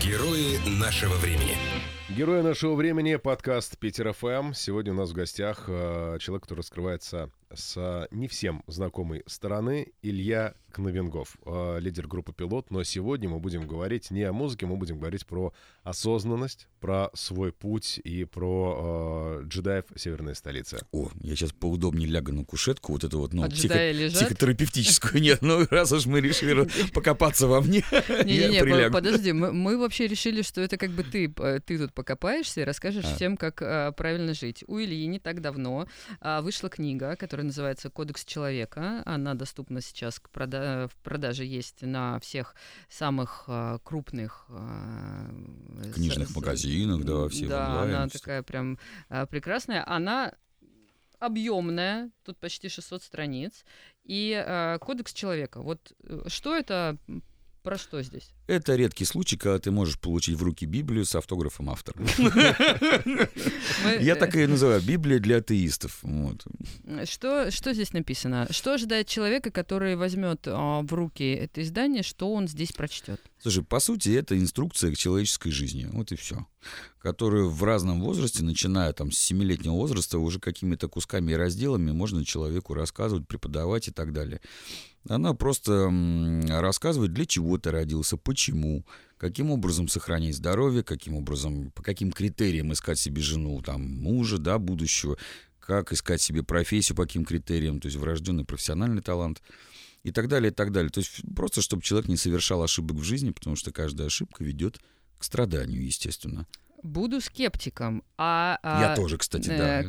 Герои нашего времени. Герои нашего времени, подкаст Питер ФМ. Сегодня у нас в гостях человек, который раскрывается с не всем знакомой стороны, Илья Кновенгов, лидер группы «Пилот». Но сегодня мы будем говорить не о музыке, мы будем говорить про осознанность, про свой путь и про джедаев северной столицы. О, я сейчас поудобнее лягу на кушетку, вот это вот, ну, психотерапевтическую. Нет, ну, раз уж мы решили покопаться во мне, я прилягу. Подожди, мы вообще решили, что это как бы ты тут покопаешься и расскажешь всем, как правильно жить. У Ильи не так давно вышла книга, которая называется «Кодекс человека». Она доступна сейчас в продаже, есть на всех самых крупных книжных магазинах, да, во всех онлайн. Да, она такая прям прекрасная. Она объемная, тут почти 600 страниц. И «Кодекс человека». Вот что это? Про что здесь? Это редкий случай, когда ты можешь получить в руки Библию с автографом автора. Я так и называю: Библия для атеистов. Что здесь написано? Что ожидает человека, который возьмет в руки это издание, что он здесь прочтет? Слушай, по сути, это инструкция к человеческой жизни. Вот и все. Которую в разном возрасте, начиная там с 7-летнего возраста, уже какими-то кусками и разделами можно человеку рассказывать, преподавать и так далее. Она просто рассказывает, для чего ты родился, почему, каким образом сохранить здоровье, каким образом, по каким критериям искать себе жену, там, мужа, да, будущего, как искать себе профессию, по каким критериям, то есть врожденный профессиональный талант и так далее, и так далее. То есть просто, чтобы человек не совершал ошибок в жизни, потому что каждая ошибка ведет к страданию, естественно. Буду скептиком. Я тоже, кстати, да.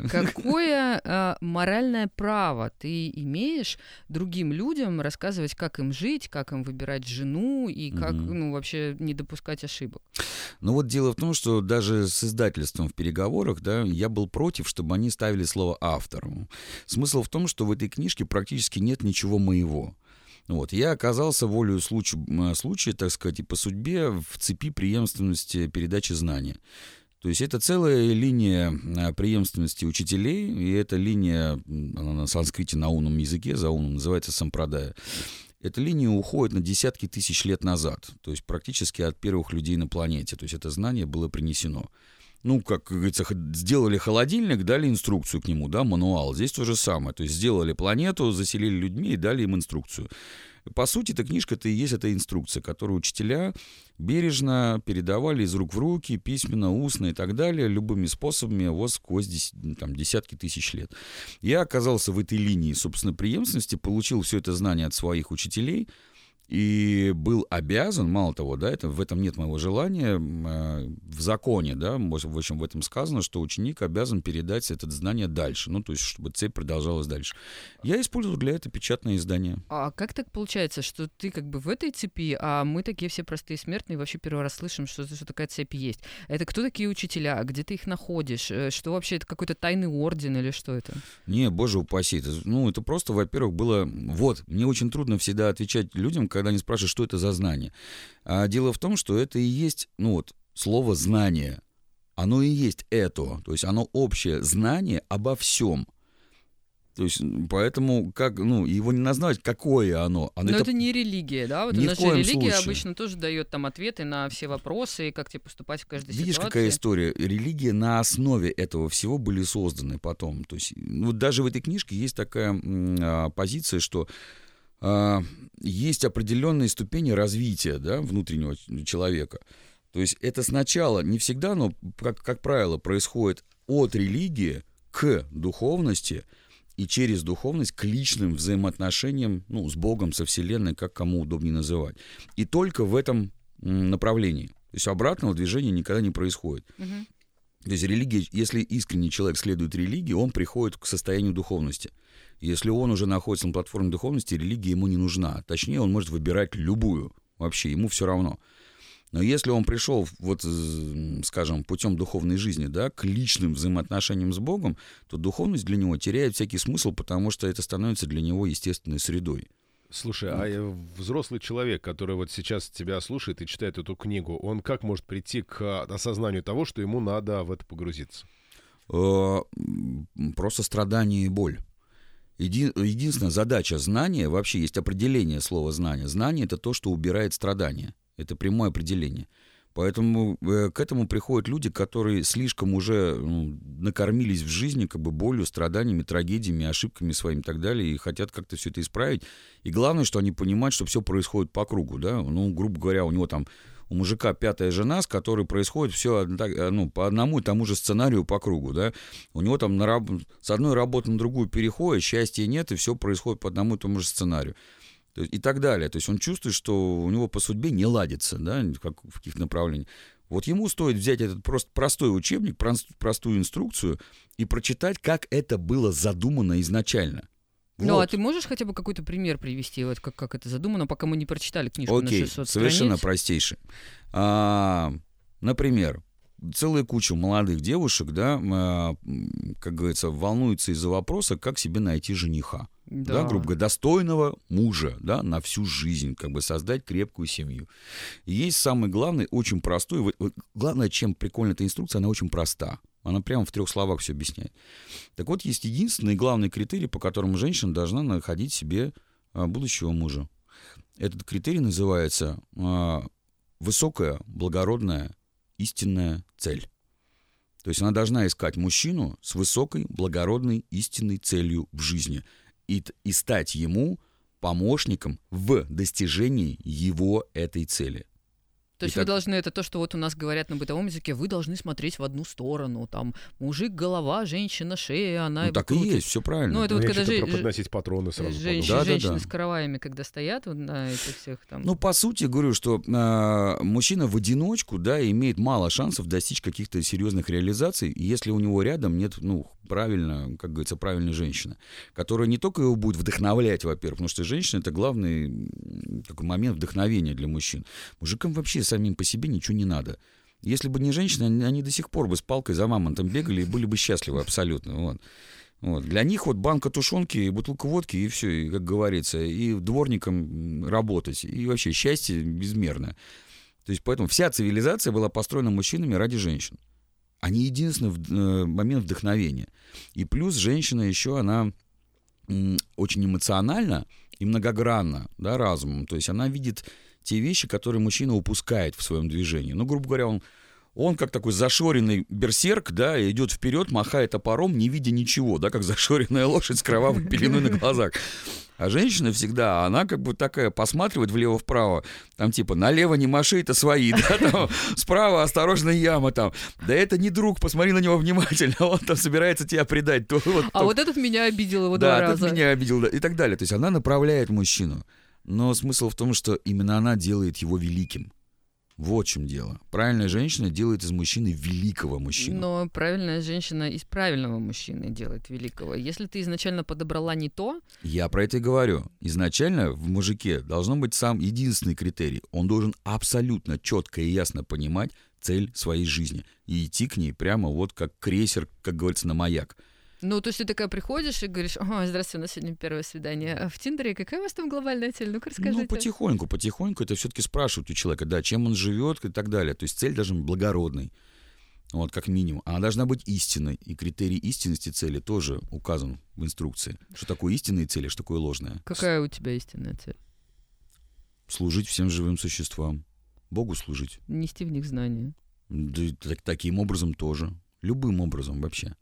Какое моральное право ты имеешь другим людям рассказывать, как им жить, как им выбирать жену и как вообще не допускать ошибок? Ну вот дело в том, что даже с издательством в переговорах, да, я был против, чтобы они ставили слово «автор». Смысл в том, что в этой книжке практически нет ничего моего. Вот. Я оказался волею случая, так сказать, и по судьбе в цепи преемственности передачи знания. То есть это целая линия преемственности учителей, и эта линия, она на санскрите на унном языке, заунном, называется сампрадая. Эта линия уходит на десятки тысяч лет назад, то есть практически от первых людей на планете. То есть это знание было принесено. Ну, как говорится, сделали холодильник, дали инструкцию к нему, да, мануал. Здесь то же самое. То есть сделали планету, заселили людьми и дали им инструкцию. По сути, эта книжка-то и есть эта инструкция, которую учителя бережно передавали из рук в руки, письменно, устно и так далее, любыми способами вот сквозь десятки тысяч лет. Я оказался в этой линии, собственно, преемственности, получил все это знание от своих учителей, и был обязан, мало того, да, в этом нет моего желания, в законе, да, в общем, в этом сказано, что ученик обязан передать это знание дальше, ну, то есть, чтобы цепь продолжалась дальше. Я использую для этого печатное издание. А как так получается, что ты как бы в этой цепи, а мы такие все простые смертные вообще первый раз слышим, что такая цепь есть? Это кто такие учителя? Где ты их находишь? Что вообще, это какой-то тайный орден или что это? Не, боже упаси. Это просто, во-первых, было... Вот, мне очень трудно всегда отвечать людям, когда они спрашивают, что это за знание. А дело в том, что это и есть, слово «знание». Оно и есть это. То есть оно общее знание обо всем. То есть, поэтому его не назвать, какое оно. Но это не религия, да? Вот ни у нас в коем же религия случае. Обычно тоже дает там ответы на все вопросы, и как тебе поступать в каждой Видишь, ситуации. какая история? Религии на основе этого всего были созданы потом. То есть, даже в этой книжке есть такая позиция, что есть определенные ступени развития, да, внутреннего человека. То есть это сначала, не всегда, но, как правило, происходит от религии к духовности и через духовность к личным взаимоотношениям, с Богом, со Вселенной, как кому удобнее называть. И только в этом направлении. То есть обратного движения никогда не происходит. Угу. То есть религия, если искренний человек следует религии, он приходит к состоянию духовности. Если он уже находится на платформе духовности, религия ему не нужна. Точнее, он может выбирать любую. Вообще, ему все равно. Но если он пришел, скажем, путем духовной жизни, да, к личным взаимоотношениям с Богом, то духовность для него теряет всякий смысл, потому что это становится для него естественной средой. Слушай, а взрослый человек, который вот сейчас тебя слушает и читает эту книгу, он как может прийти к осознанию того, что ему надо в это погрузиться? Просто страдание и боль. Единственная задача знания, вообще есть определение слова «знание». Знание — это то, что убирает страдания. Это прямое определение. Поэтому к этому приходят люди, которые слишком уже накормились в жизни как бы болью, страданиями, трагедиями, ошибками своими и так далее, и хотят как-то все это исправить. И главное, что они понимают, что все происходит по кругу, да. Ну, грубо говоря, у него там, у мужика 5-я жена, с которой происходит все по одному и тому же сценарию по кругу, да. У него там с одной работы на другую переходит, счастья нет, и все происходит по одному и тому же сценарию. И так далее. То есть он чувствует, что у него по судьбе не ладится, да, как в каких направлениях. Вот ему стоит взять этот простой учебник, простую инструкцию и прочитать, как это было задумано изначально. Ну, вот. А ты можешь хотя бы какой-то пример привести, вот как это задумано, пока мы не прочитали книжку на 600 страниц? Совершенно простейший. Например, целая куча молодых девушек, да, как говорится, волнуются из-за вопроса, как себе найти жениха. Да, грубо говоря, достойного мужа, да, на всю жизнь, как бы создать крепкую семью. И есть самый главный, очень простой. Главное, чем прикольна эта инструкция, она очень проста. Она прямо в 3 словах все объясняет. Так вот, есть единственный главный критерий, по которому женщина должна находить себе будущего мужа. Этот критерий называется высокая, благородная, истинная цель. То есть она должна искать мужчину с высокой, благородной, истинной целью в жизни. И стать ему помощником в достижении его этой цели. То есть вы должны, это то, что вот у нас говорят на бытовом языке, вы должны смотреть в одну сторону, там, мужик голова, женщина шея, она его так крутит. И есть, все правильно. Ну, это вот когда подносить патроны сразу. Женщины с караваями, когда стоят вот на этих всех там... Ну, по сути, говорю, что мужчина в одиночку, да, имеет мало шансов достичь каких-то серьезных реализаций, если у него рядом нет, правильно, как говорится, правильной женщины, которая не только его будет вдохновлять, во-первых, потому что женщина — это главный такой момент вдохновения для мужчин. Мужикам вообще самим по себе ничего не надо. Если бы не женщины, они до сих пор бы с палкой за мамонтом бегали и были бы счастливы абсолютно. Вот. Для них вот банка тушенки, бутылка водки, и все, и, как говорится, и дворником работать, и вообще счастье безмерное. То есть поэтому вся цивилизация была построена мужчинами ради женщин. Они единственный момент вдохновения. И плюс женщина еще, она очень эмоциональна и многогранна, да, разумом. То есть она видит те вещи, которые мужчина упускает в своем движении. Ну, грубо говоря, он как такой зашоренный берсерк, да, идет вперед, махает топором, не видя ничего, да, как зашоренная лошадь с кровавой пеленой на глазах. А женщина всегда, она как бы такая посматривает влево-вправо, там типа налево не маши, это свои, да, там справа осторожно яма там. Да это не друг, посмотри на него внимательно, он там собирается тебя предать. Вот этот меня обидел его 2 раза. Да, этот меня обидел, да, и так далее. То есть она направляет мужчину. Но смысл в том, что именно она делает его великим. Вот в чем дело. Правильная женщина делает из мужчины великого мужчину. Но правильная женщина из правильного мужчины делает великого. Если ты изначально подобрала не то... Я про это и говорю. Изначально в мужике должен быть сам единственный критерий. Он должен абсолютно четко и ясно понимать цель своей жизни. И идти к ней прямо вот как крейсер, как говорится, на маяк. Ну, то есть ты такая приходишь и говоришь: ой, здравствуйте, у нас сегодня первое свидание в Тиндере, какая у вас там глобальная цель? Ну-ка, расскажите. Ну, потихоньку это все-таки спрашивают у человека, да, чем он живет и так далее. То есть цель должна быть благородной, вот, как минимум. Она должна быть истинной, и критерий истинности цели тоже указан в инструкции. Что такое истинные цели, что такое ложное. Какая у тебя истинная цель? Служить всем живым существам. Богу служить. Нести в них знания. Да, таким образом тоже. Любым образом вообще.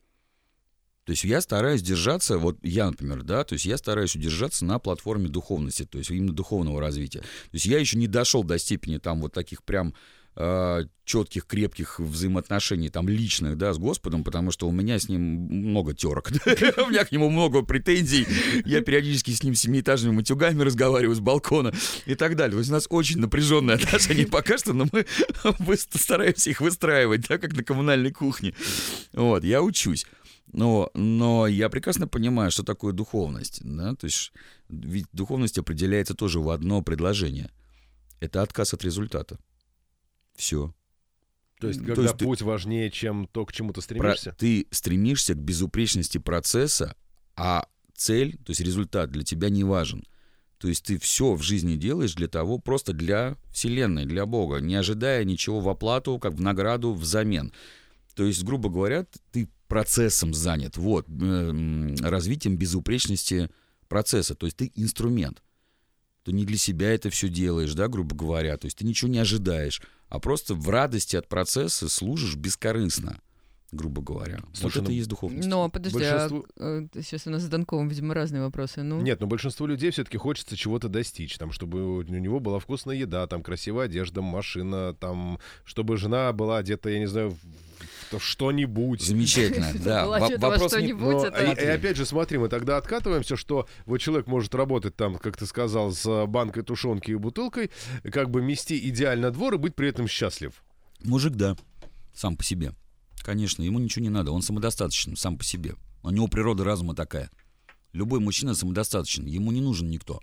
То есть я стараюсь держаться, вот я, например, да, то есть я стараюсь удержаться на платформе духовности, то есть именно духовного развития. То есть я еще не дошел до степени там вот таких прям четких, крепких взаимоотношений там личных, да, с Господом, потому что у меня с ним много терок, у меня к нему много претензий, я периодически с ним семиэтажными матюгами разговариваю с балкона и так далее. То есть у нас очень напряженные отношения пока что, но мы стараемся их выстраивать, да, как на коммунальной кухне. Вот, я учусь. Но я прекрасно понимаю, что такое духовность. Да? То есть, ведь духовность определяется тоже в одно предложение. Это отказ от результата. Все. То есть, когда путь важнее, чем то, к чему ты стремишься? Ты стремишься к безупречности процесса, а цель, то есть результат для тебя не важен. То есть ты все в жизни делаешь просто для Вселенной, для Бога, не ожидая ничего в оплату, как в награду, взамен. То есть, грубо говоря, ты процессом занят, развитием безупречности процесса. То есть ты инструмент. то не для себя это все делаешь, да, грубо говоря. То есть ты ничего не ожидаешь, а просто в радости от процесса служишь бескорыстно, грубо говоря. Слушай, вот это и есть духовность. Но подожди, сейчас у нас с Данковым, видимо, разные вопросы. Ну... Нет, но большинству людей все-таки хочется чего-то достичь, там, чтобы у него была вкусная еда, там, красивая одежда, машина, там, чтобы жена была одета, я не знаю, в что-нибудь. Замечательно, да. Вопрос не... И опять же, смотри, мы тогда откатываемся, что вот человек может работать там, как ты сказал, с банкой тушенки и бутылкой, как бы мести идеально двор и быть при этом счастлив. Мужик, да, сам по себе. Конечно, ему ничего не надо, он самодостаточен сам по себе. У него природа разума такая. Любой мужчина самодостаточен, ему не нужен никто.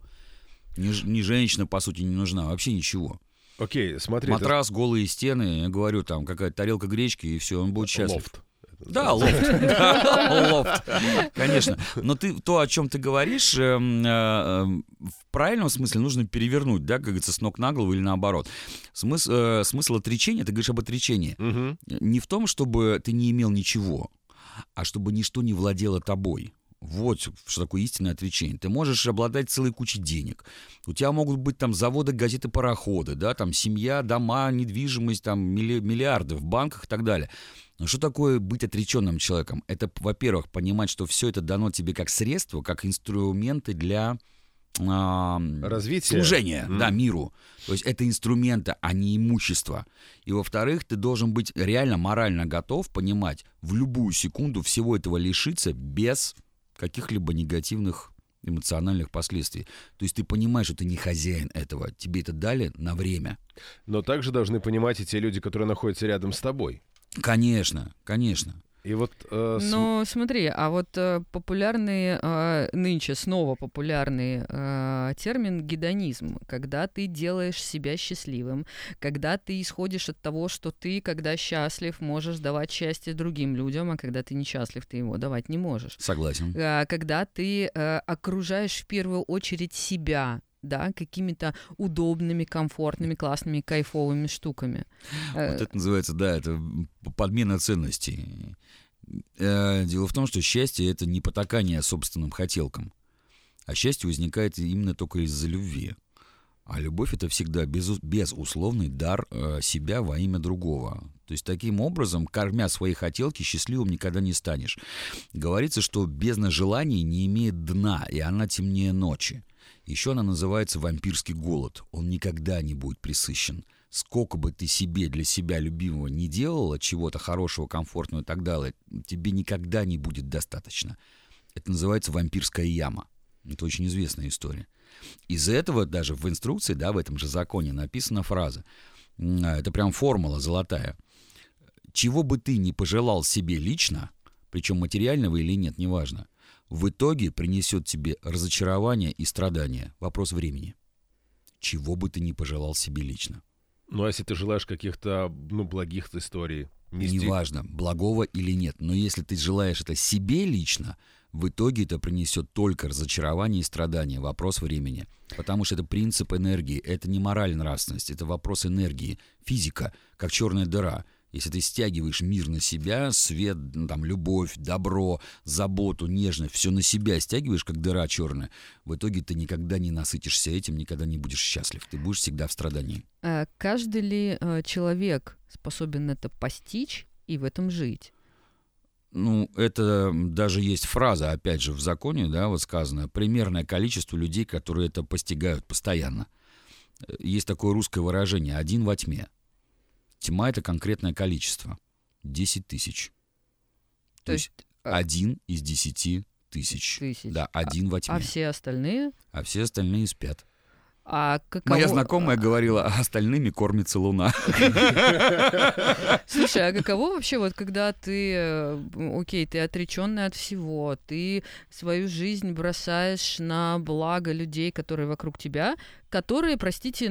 Ни женщина, по сути, не нужна, вообще ничего. Окей, смотри. Матрас, голые стены, я говорю, там какая-то тарелка гречки, и все, он будет счастлив. Лофт. Да, лофт. Конечно. Но то, о чем ты говоришь, в правильном смысле нужно перевернуть, да, как говорится, с ног на голову или наоборот. Смысл отречения, ты говоришь об отречении, не в том, чтобы ты не имел ничего, а чтобы ничто не владело тобой. Вот что такое истинное отречение. Ты можешь обладать целой кучей денег. У тебя могут быть там заводы, газеты, пароходы, да, там семья, дома, недвижимость, там миллиарды в банках и так далее. Но что такое быть отреченным человеком? Это, во-первых, понимать, что все это дано тебе как средство, как инструменты для развития, служения, да, миру. То есть это инструменты, а не имущество. И, во-вторых, ты должен быть реально морально готов понимать в любую секунду всего этого лишиться без каких-либо негативных эмоциональных последствий. То есть ты понимаешь, что ты не хозяин этого. Тебе это дали на время. Но также должны понимать и те люди, которые находятся рядом с тобой. Конечно, конечно. И вот, но смотри, а вот популярный, нынче снова популярный термин гедонизм, когда ты делаешь себя счастливым, когда ты исходишь от того, что ты, когда счастлив, можешь давать счастье другим людям, а когда ты несчастлив, ты его давать не можешь. Согласен. Когда ты окружаешь в первую очередь себя, да, какими-то удобными, комфортными, классными, кайфовыми штуками. Вот это называется, да, это подмена ценностей. Дело в том, что счастье — это не потакание собственным хотелкам, а счастье возникает именно только из-за любви. А любовь — это всегда безусловный дар себя во имя другого. То есть таким образом, кормя свои хотелки, счастливым никогда не станешь. Говорится, что бездна желаний не имеет дна, и она темнее ночи. Еще она называется вампирский голод. Он никогда не будет пресыщен. Сколько бы ты себе для себя любимого не делала, чего-то хорошего, комфортного и так далее, тебе никогда не будет достаточно. Это называется вампирская яма. Это очень известная история. Из-за этого даже в инструкции, да, в этом же законе написана фраза. Это прям формула золотая. Чего бы ты ни пожелал себе лично, причем материального или нет, неважно, в итоге принесет тебе разочарование и страдания. Вопрос времени. Чего бы ты ни пожелал себе лично. Ну, а если ты желаешь каких-то, благих историй? Неважно, благого или нет. Но если ты желаешь это себе лично, в итоге это принесет только разочарование и страдания. Вопрос времени. Потому что это принцип энергии. Это не мораль, нравственность. Это вопрос энергии. Физика, как черная дыра. Если ты стягиваешь мир на себя, свет, там, любовь, добро, заботу, нежность, все на себя стягиваешь, как дыра черная, в итоге ты никогда не насытишься этим, никогда не будешь счастлив. Ты будешь всегда в страдании. Каждый ли человек способен это постичь и в этом жить? Это даже есть фраза, опять же, в законе, да, вот сказано, примерное количество людей, которые это постигают постоянно. Есть такое русское выражение «один во тьме». Тьма — это конкретное количество. 10 тысяч. То есть 1 из 10 тысяч. Да, 1 во тьме. А все остальные? А все остальные спят. А каково... Моя знакомая говорила, а остальными кормится луна. Слушай, а каково вообще, вот когда ты, ты отреченный от всего, ты свою жизнь бросаешь на благо людей, которые вокруг тебя, которые, простите,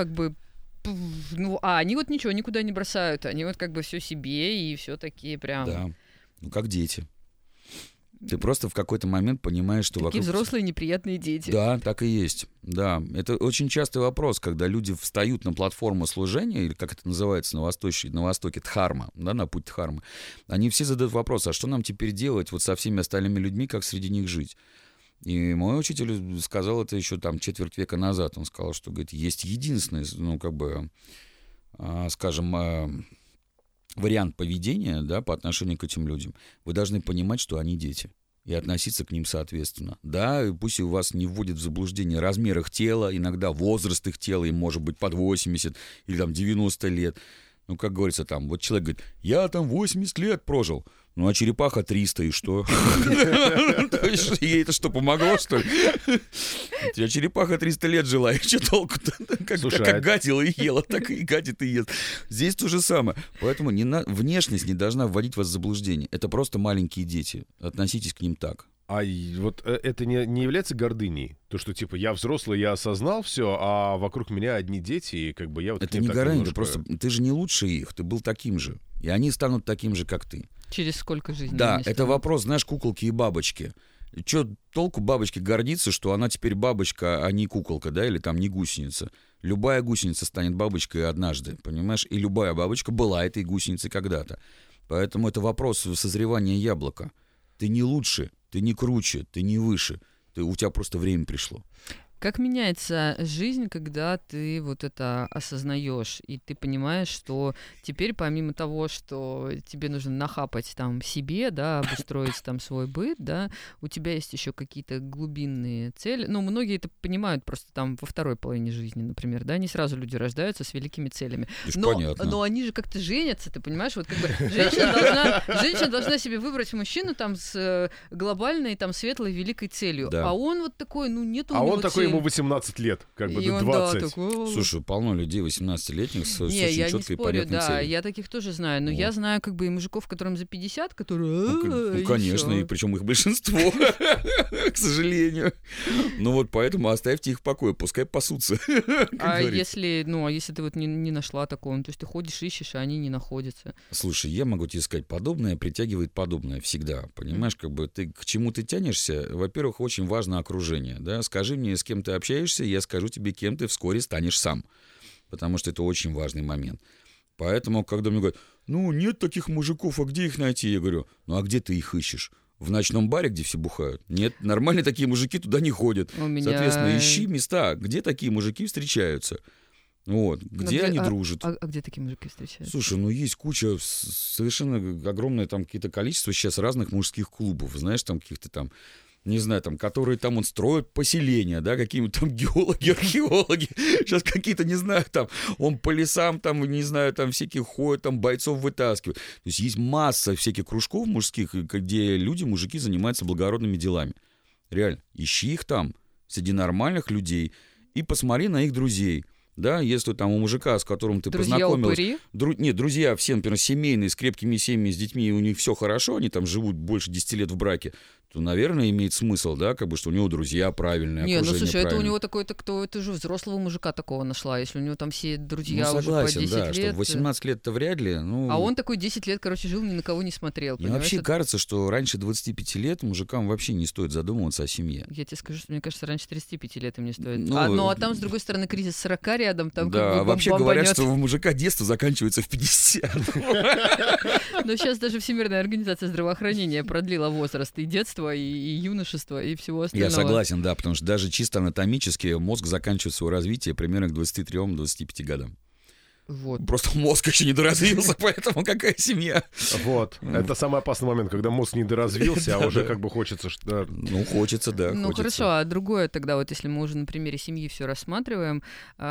они вот ничего никуда не бросают, они вот как бы все себе и все такие прям... Да, как дети. Ты просто в какой-то момент понимаешь, что такие вокруг... взрослые неприятные дети. Да, так и есть. Да, это очень частый вопрос, когда люди встают на платформу служения, или как это называется на Востоке, дхарма, да, на путь дхармы. Они все задают вопрос, а что нам теперь делать вот со всеми остальными людьми, как среди них жить? И мой учитель сказал это еще там четверть века назад. Он сказал, что, говорит, есть единственный, ну, как бы, скажем, вариант поведения, да, по отношению к этим людям. Вы должны понимать, что они дети, и относиться к ним соответственно. Да, и пусть у вас не вводит в заблуждение размер их тела, иногда возраст их тела, им может быть под 80 или там 90 лет. Ну, как говорится, там, вот человек говорит, я там 80 лет прожил. Ну, а черепаха 300, и что? То есть ей это что, помогло, что ли? У тебя черепаха 300 лет жила, и что толку-то? Как гадила и ела, так и гадит и ест. Здесь то же самое. Поэтому внешность не должна вводить вас в заблуждение. Это просто маленькие дети. Относитесь к ним так. А вот это не является гордыней? То, что, типа, я взрослый, я осознал все, а вокруг меня одни дети, и как бы я вот... Это не гордыня, немножко... просто ты же не лучше их, ты был таким же. И они станут таким же, как ты. Через сколько жизней? Да, это вопрос, знаешь, куколки и бабочки. Чё толку бабочке гордиться, что она теперь бабочка, а не куколка, да, или там не гусеница? Любая гусеница станет бабочкой однажды, понимаешь? И любая бабочка была этой гусеницей когда-то. Поэтому это вопрос созревания яблока. Ты не лучше, ты не круче, ты не выше. У тебя просто время пришло. Как меняется жизнь, когда ты вот это осознаешь, и ты понимаешь, что теперь помимо того, что тебе нужно нахапать там себе, да, обустроить там свой быт, да, у тебя есть еще какие-то глубинные цели. Ну, многие это понимают просто там во второй половине жизни, например, да, не сразу люди рождаются с великими целями. Но они же как-то женятся, ты понимаешь, вот как бы женщина должна себе выбрать мужчину там с глобальной, там, светлой, великой целью. Да. А он вот такой, ну, нет у него он такой, ему 18 лет, как бы, до 20. Да, такой... Слушай, полно людей 18-летних с очень четкой и понятной целью. Да, я таких тоже знаю, но я знаю как бы и мужиков, которым за 50, которые... Ну, конечно, и причем их большинство, к сожалению. Ну вот поэтому оставьте их в покое, пускай пасутся. А если ты вот не нашла такого, то есть ты ходишь, ищешь, а они не находятся? Слушай, я могу тебе сказать, подобное притягивает подобное всегда, понимаешь, как бы ты к чему ты тянешься, во-первых, очень важно окружение, да, скажи мне, с кем ты общаешься, я скажу тебе, кем ты вскоре станешь сам. Потому что это очень важный момент. Поэтому, когда мне говорят, ну, нет таких мужиков, а где их найти? Я говорю, ну, а где ты их ищешь? В ночном баре, где все бухают? Нет, нормальные такие мужики туда не ходят. Соответственно, ищи места, где такие мужики встречаются. Вот, где они дружат. А где такие мужики встречаются? Слушай, ну есть куча, совершенно огромное там какие-то количество сейчас разных мужских клубов. Знаешь, там каких-то там, не знаю, там, которые там вот строят поселения, да, какие-то там геологи, археологи, сейчас какие-то, не знаю, там, он по лесам, там, не знаю, там, всяких ходят, там, бойцов вытаскивают. То есть масса всяких кружков мужских, где люди, мужики занимаются благородными делами. Реально, ищи их там, среди нормальных людей, и посмотри на их друзей. Да, если там у мужика, с которым ты познакомилась... Нет, друзья все, например, семейные, с крепкими семьями, с детьми, у них все хорошо, они там живут больше 10 лет в браке, то, наверное, имеет смысл, да, как бы, что у него друзья правильные, окружение правильное. Не, ну, слушай, это у него такой-то, кто, это же взрослого мужика такого нашла, если у него там все друзья уже по 10 лет. Ну, согласен, да, что 18 лет-то вряд ли, ну... А он такой 10 лет, короче, жил, ни на кого не смотрел, мне вообще кажется, что раньше 25 лет мужикам вообще не стоит задумываться о семье. Я тебе скажу, что мне кажется, раньше 35 лет им не стоит. Ну, а там, с другой стороны, кризис 40 рядом, там да, как бы вообще говорят, что у мужика детство заканчивается в 50. Но сейчас даже Всемирная организация здравоохранения продлила возраст и детства, и юношества, и всего остального. Я согласен, да, потому что даже чисто анатомически мозг заканчивает свое развитие примерно к 23-25 годам. Вот. Просто мозг еще не доразвился, поэтому какая семья? Вот. Это самый опасный момент, когда мозг не доразвился, а уже как бы хочется... Ну, хочется, да. Ну, хорошо, а другое тогда, вот если мы уже на примере семьи все рассматриваем,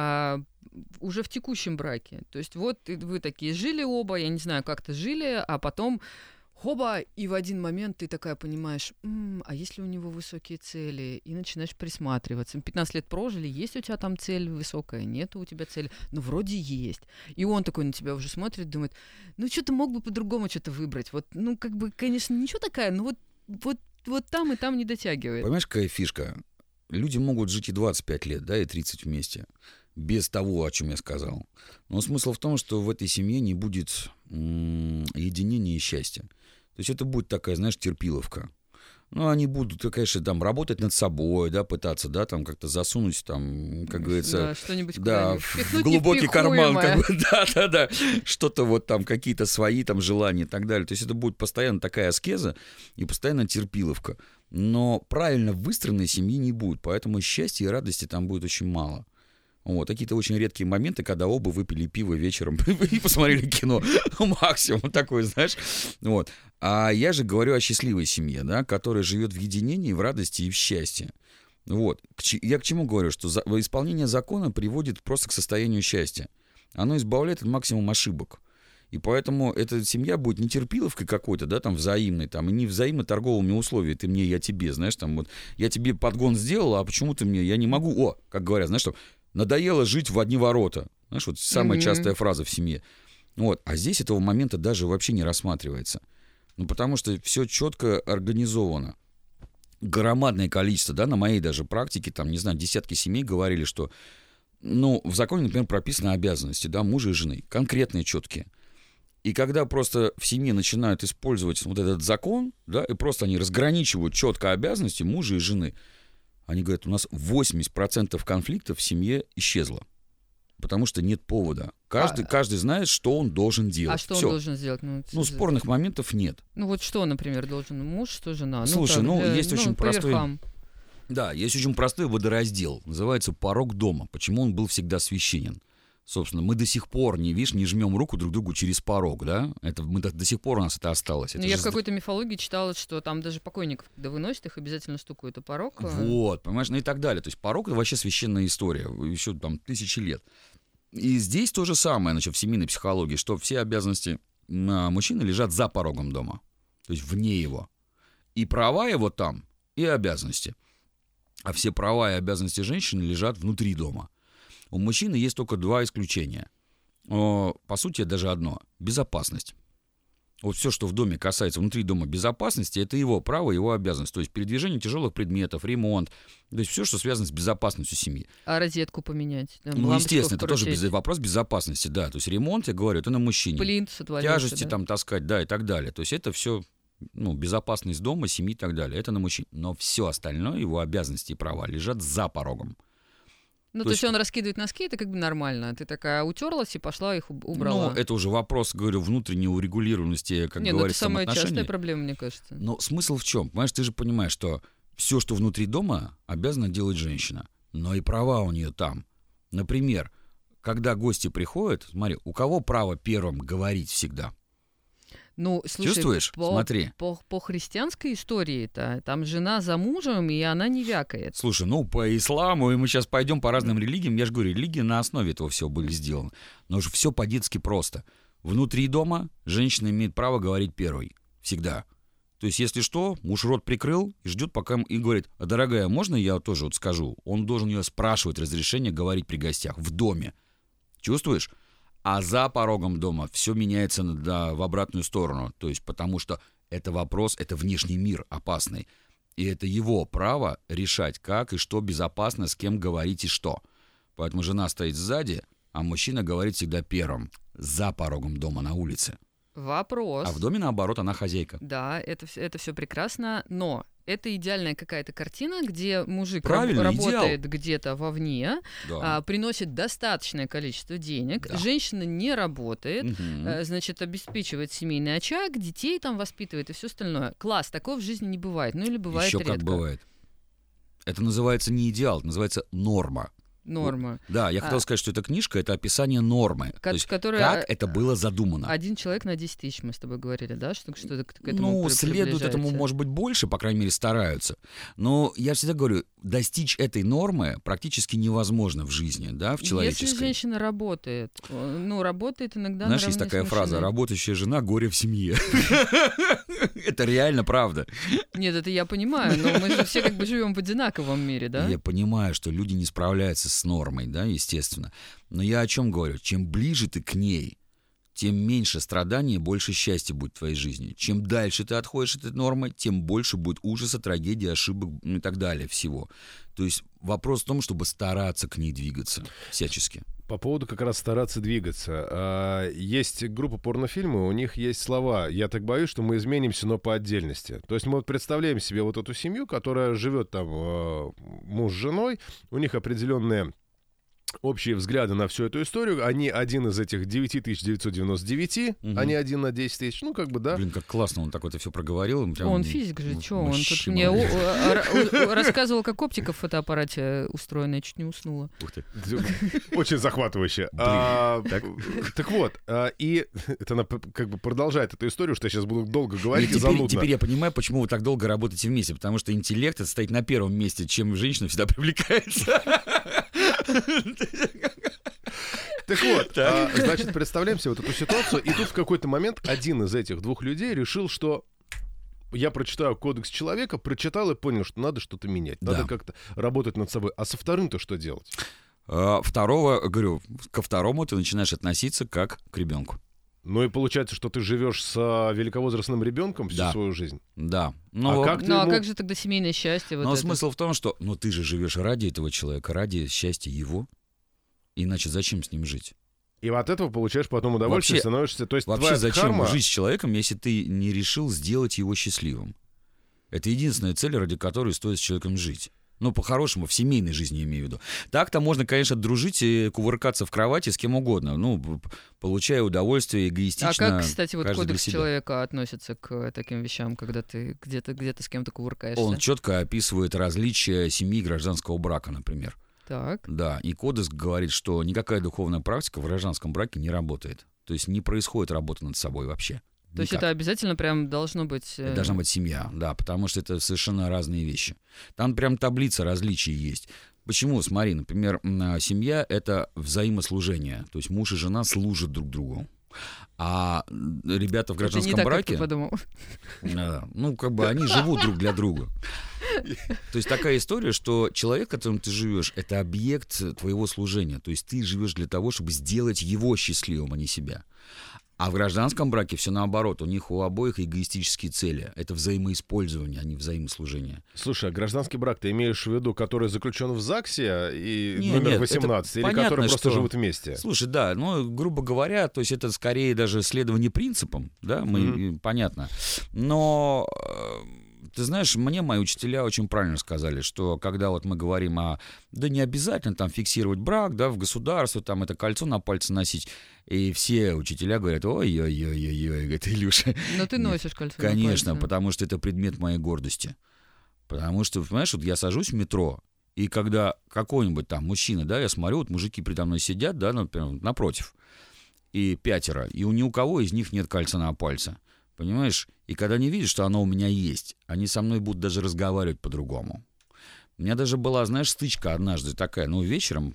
уже в текущем браке. То есть вот вы такие жили оба, я не знаю, как-то жили, а потом... Хоба, и в один момент ты такая понимаешь, а если у него высокие цели, и начинаешь присматриваться. 15 лет прожили, есть у тебя там цель высокая, нет у тебя цели, ну вроде есть. И он такой на тебя уже смотрит, думает, ну что-то мог бы по-другому что-то выбрать. Вот, ну как бы, конечно, ничего такая, но вот там и там не дотягивает. Понимаешь, какая фишка? Люди могут жить и 25 лет, да, и 30 вместе, без того, о чем я сказал. Но смысл в том, что в этой семье не будет единения и счастья. То есть это будет такая, знаешь, терпиловка. Ну, они будут, конечно, там работать над собой, да, пытаться, да, там как-то засунуть, там, как говорится, да, что-нибудь да, в глубокий карман, как бы, да, что-то вот там, какие-то свои там желания и так далее. То есть это будет постоянно такая аскеза и постоянно терпиловка. Но правильно выстроенной семьи не будет, поэтому счастья и радости там будет очень мало. Вот, какие-то очень редкие моменты, когда оба выпили пиво вечером и посмотрели кино. Максимум такой, знаешь. Вот. А я же говорю о счастливой семье, да, которая живет в единении, в радости и в счастье. Вот. Я к чему говорю? Что исполнение закона приводит просто к состоянию счастья. Оно избавляет от максимума ошибок. И поэтому эта семья будет не терпиловкой какой-то, да, там, взаимной, там, и не взаимно торговыми условиями. Ты мне, я тебе, знаешь, там, вот, я тебе подгон сделал, а почему ты мне, я не могу, как говорят, знаешь, что, надоело жить в одни ворота. Знаешь, вот самая частая фраза в семье. Вот, а здесь этого момента даже вообще не рассматривается. Ну, потому что все четко организовано. Громадное количество, да, на моей даже практике, там, не знаю, десятки семей говорили, что, ну, в законе, например, прописаны обязанности, да, мужа и жены, конкретные, четкие. И когда просто в семье начинают использовать вот этот закон, да, и просто они разграничивают четко обязанности мужа и жены, они говорят, у нас 80% конфликтов в семье исчезло. Потому что нет повода. Каждый знает, что он должен делать. А что Всё. он должен сделать? Ну, спорных моментов нет. Ну, вот что, например, должен муж, что жена? Слушай, есть очень по простой... верхам. Да, есть очень простой водораздел. Называется «порог дома». Почему он был всегда священен? Собственно, мы до сих пор, не жмем руку друг другу через порог, да? Мы до сих пор у нас это осталось. Это я в какой-то мифологии читала, что там даже покойников, когда выносят, их обязательно стукают о порог. Вот, понимаешь, ну и так далее. То есть порог — это вообще священная история, еще там тысячи лет. И здесь то же самое, значит, в семейной психологии, что все обязанности мужчины лежат за порогом дома, то есть вне его. И права его там, и обязанности. А все права и обязанности женщины лежат внутри дома. У мужчины есть только два исключения. По сути, даже одно — безопасность. Вот все, что в доме касается внутри дома безопасности, это его право, его обязанность. То есть передвижение тяжелых предметов, ремонт. То есть все, что связано с безопасностью семьи. А розетку поменять? Ну, естественно, это тоже вопрос безопасности, да. То есть ремонт, я говорю, это на мужчине. Плинтус отвалился, тяжести да? там таскать, да, и так далее. То есть это все, безопасность дома, семьи и так далее. Это на мужчине. Но все остальное, его обязанности и права лежат за порогом. Ну, то есть он раскидывает носки, это как бы нормально. Ты такая утерлась и пошла их убрала. Ну, это уже вопрос, говорю, внутренней урегулированности, как говорится, это самая самоотношений. частая проблема, мне кажется. Но смысл в чем? Понимаешь, ты же понимаешь, что все, что внутри дома, обязана делать женщина. Но и права у нее там. Например, когда гости приходят, смотри, у кого право первым говорить всегда? Ну, слушай, чувствуешь? Смотри. По христианской истории-то, там жена за мужем, и она не вякает. Слушай, по исламу, и мы сейчас пойдем по разным религиям, я же говорю, религии на основе этого всего были сделаны. Но же все по-детски просто. Внутри дома женщина имеет право говорить первой. Всегда. То есть, если что, муж рот прикрыл и ждет, пока и говорит, дорогая, можно я тоже вот скажу? Он должен ее спрашивать разрешение говорить при гостях в доме. Чувствуешь? А за порогом дома все меняется в обратную сторону. То есть потому что это вопрос, это внешний мир опасный. И это его право решать, как и что безопасно, с кем говорить и что. Поэтому жена стоит сзади, а мужчина говорит всегда первым. За порогом дома на улице. Вопрос. А в доме, наоборот, она хозяйка. Да, это все прекрасно, но это идеальная какая-то картина, где мужик Правильно, работает где-то вовне, Да. приносит достаточное количество денег, Да. женщина не работает, Мгм. значит, обеспечивает семейный очаг, детей там воспитывает и все остальное. Класс, такого в жизни не бывает, ну или бывает Еще редко. как бывает. Это называется не идеал, это называется норма. Норма. Да, я хотел сказать, что эта книжка — это описание нормы. То есть которая- как это было задумано. 1 человек на 10 тысяч, мы с тобой говорили, да, что к этому Следует этому, приближается. может быть, больше, по крайней мере, стараются. Но я всегда говорю, достичь этой нормы практически невозможно в жизни, да, в человеческой. Если женщина работает, работает иногда Знаешь, наравне есть с такая фраза: мужчиной. «Работающая жена — горе в семье». Это реально правда. Нет, это я понимаю, но мы же все как бы живем в одинаковом мире, да? Я понимаю, что люди не справляются с нормой, да, естественно. Но я о чем говорю? Чем ближе ты к ней, тем меньше страданий и больше счастья будет в твоей жизни. Чем дальше ты отходишь от этой нормы, тем больше будет ужаса, трагедии, ошибок и так далее всего. То есть вопрос в том, чтобы стараться к ней двигаться всячески. По поводу как раз стараться двигаться. Есть группа порнофильмы, у них есть слова «Я так боюсь, что мы изменимся, но по отдельности». То есть мы вот представляем себе вот эту семью, которая живет там муж с женой, у них определенные общие взгляды на всю эту историю. Они один из этих 9999, а не 1 на 10 тысяч. Ну, как бы, да. Блин, как классно он так это все проговорил. Прям Он физик же, что? Он тут мне рассказывал, как оптика в фотоаппарате устроена, я чуть не уснула. Ух ты. Очень захватывающе. Так вот, и это как бы продолжает эту историю, что я сейчас буду долго говорить и занудно. Теперь я понимаю, почему вы так долго работаете вместе, потому что интеллект это стоит на первом месте, чем женщина всегда привлекается. Так вот, значит, представляем себе вот эту ситуацию, и тут в какой-то момент один из этих двух людей решил, что я прочитаю кодекс человека, прочитал и понял, что надо что-то менять, надо как-то работать над собой. А со вторым-то что делать? Ко второму ты начинаешь относиться как к ребенку. Ну и получается, что ты живешь с великовозрастным ребенком всю свою жизнь. Да. А как же тогда семейное счастье? Но смысл в том, что ты же живешь ради этого человека, ради счастья его. Иначе зачем с ним жить? И от этого получаешь потом удовольствие, становишься... То есть вообще зачем карма... жить с человеком, если ты не решил сделать его счастливым? Это единственная цель, ради которой стоит с человеком жить. Ну, по-хорошему, в семейной жизни имею в виду. Так-то можно, конечно, дружить и кувыркаться в кровати с кем угодно, получая удовольствие эгоистично. А как, кстати, вот кодекс человека относится к таким вещам, когда ты где-то с кем-то кувыркаешься? Он четко описывает различия семьи и гражданского брака, например. Так. Да, и кодекс говорит, что никакая духовная практика в гражданском браке не работает. То есть не происходит работа над собой вообще. То есть это обязательно прям должно быть... Должна быть семья, да, потому что это совершенно разные вещи. Там прям таблица различий есть. Почему? Смотри, например, семья — это взаимослужение. То есть муж и жена служат друг другу. А ребята в гражданском браке... Как ты подумал. Они живут друг для друга. То есть такая история, что человек, которым ты живешь, это объект твоего служения. То есть ты живешь для того, чтобы сделать его счастливым, а не себя. А в гражданском браке все наоборот. У них у обоих эгоистические цели. Это взаимоиспользование, а не взаимослужение. Слушай, а гражданский брак ты имеешь в виду, который заключен в ЗАГСе и номер 18, или которые просто живут вместе? Слушай, да, грубо говоря, то есть это скорее даже следование принципам, да, понятно. Но... Ты знаешь, мне мои учителя очень правильно сказали, что когда вот мы говорим не обязательно там фиксировать брак, да, в государстве, там это кольцо на пальце носить, и все учителя говорят, ой-ой-ой-ой-ой, говорит, Илюша. Но ты носишь кольцо на пальце. Конечно, потому что это предмет моей гордости. Потому что, понимаешь, вот я сажусь в метро, и когда какой-нибудь там мужчина, да, я смотрю, вот мужики передо мной сидят, да, например, напротив, и 5, и ни у кого из них нет кольца на пальце. Понимаешь? И когда они видят, что оно у меня есть, они со мной будут даже разговаривать по-другому. У меня даже была, знаешь, стычка однажды такая, вечером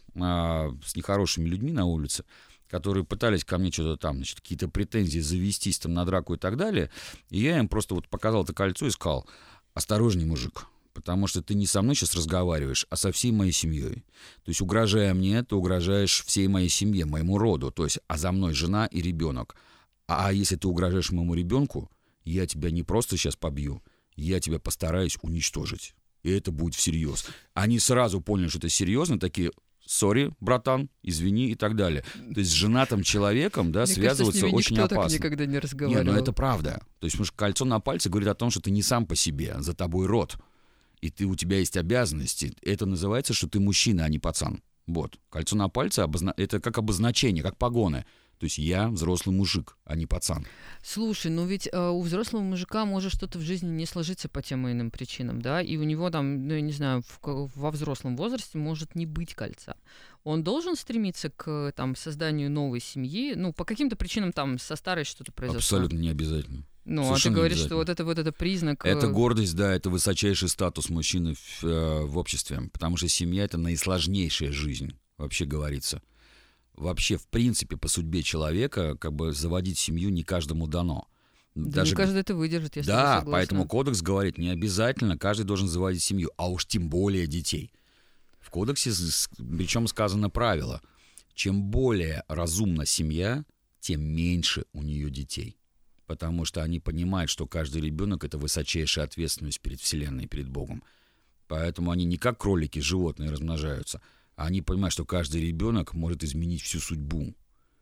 с нехорошими людьми на улице, которые пытались ко мне что-то там, значит, какие-то претензии завестись там на драку и так далее. И я им просто вот показал это кольцо и сказал: осторожней, мужик, потому что ты не со мной сейчас разговариваешь, а со всей моей семьей. То есть, угрожая мне, ты угрожаешь всей моей семье, моему роду. То есть, а за мной жена и ребенок. А если ты угрожаешь моему ребенку, я тебя не просто сейчас побью, я тебя постараюсь уничтожить. И это будет всерьез. Они сразу поняли, что это серьезно, такие: сори, братан, извини и так далее. То есть с женатым человеком, да, связываться очень опасно. Так никогда не разговаривал. Нет, это правда. То есть, потому что кольцо на пальце говорит о том, что ты не сам по себе, за тобой род. И у тебя есть обязанности. Это называется, что ты мужчина, а не пацан. Вот. Кольцо на пальце это как обозначение, как погоны. То есть я взрослый мужик, а не пацан. Слушай, ведь у взрослого мужика может что-то в жизни не сложиться по тем или иным причинам, да, и у него там, я не знаю, во взрослом возрасте может не быть кольца. Он должен стремиться к созданию новой семьи, по каким-то причинам там со старой что-то произошло. Абсолютно не обязательно. А ты говоришь, что вот это признак... Это гордость, да, это высочайший статус мужчины в обществе, потому что семья — это наисложнейшая жизнь, вообще говорится. Вообще, в принципе, по судьбе человека, заводить семью не каждому дано. Да, не каждый это выдержит, если да, поэтому кодекс говорит, не обязательно каждый должен заводить семью, а уж тем более детей. В кодексе причем сказано правило: чем более разумна семья, тем меньше у нее детей. Потому что они понимают, что каждый ребенок — это высочайшая ответственность перед Вселенной, перед Богом. Поэтому они не как кролики, животные размножаются. Они понимают, что каждый ребенок может изменить всю судьбу.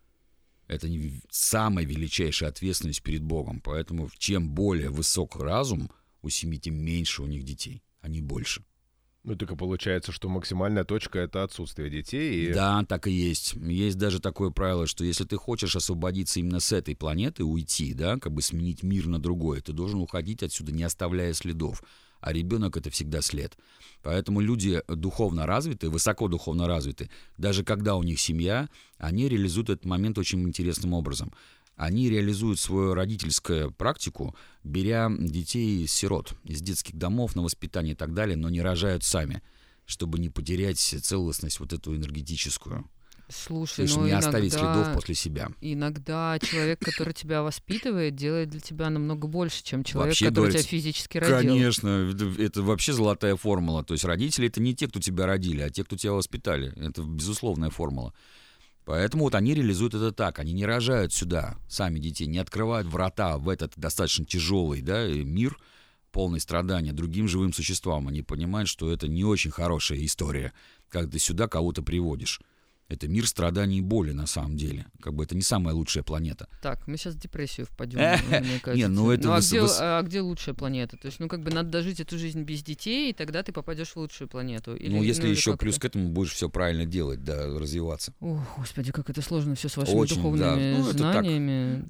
Это самая величайшая ответственность перед Богом. Поэтому чем более высок разум у семьи, тем меньше у них детей, а не больше. Ну, так и получается, что максимальная точка — это отсутствие детей. И... Да, так и есть. Есть даже такое правило, что если ты хочешь освободиться именно с этой планеты, уйти, да, как бы сменить мир на другой, ты должен уходить отсюда, не оставляя следов. А ребенок — это всегда след. Поэтому люди духовно развиты, высоко духовно развиты, даже когда у них семья, они реализуют этот момент очень интересным образом. Они реализуют свою родительскую практику, беря детей из сирот, из детских домов на воспитание и так далее, но не рожают сами, чтобы не потерять целостность вот эту энергетическую. Слушай, то есть не оставить следов после себя. Иногда человек, который тебя воспитывает, делает для тебя намного больше, чем человек, вообще, который тебя физически родил. Конечно, это вообще золотая формула. То есть родители — это не те, кто тебя родили, а те, кто тебя воспитали. Это безусловная формула. Поэтому вот они реализуют это так. Они не рожают сюда сами детей, не открывают врата в этот достаточно тяжелый, да, мир, полный страдания другим живым существам. Они понимают, что это не очень хорошая история, когда ты сюда кого-то приводишь. Это мир страданий и боли, на самом деле. Как бы это не самая лучшая планета. Так, мы сейчас в депрессию впадем, мне кажется. Не, ну это а где лучшая планета? То есть, ну, как бы надо дожить эту жизнь без детей, и тогда ты попадешь в лучшую планету. Или, ну, если еще как-то... плюс к этому будешь все правильно делать, да, развиваться. Ох, господи, как это сложно все с вашими очень, духовными да. знаниями.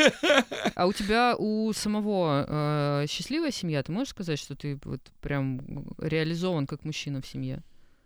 А у тебя, у самого счастливая семья? Ты можешь сказать, что ты вот прям реализован как мужчина в семье?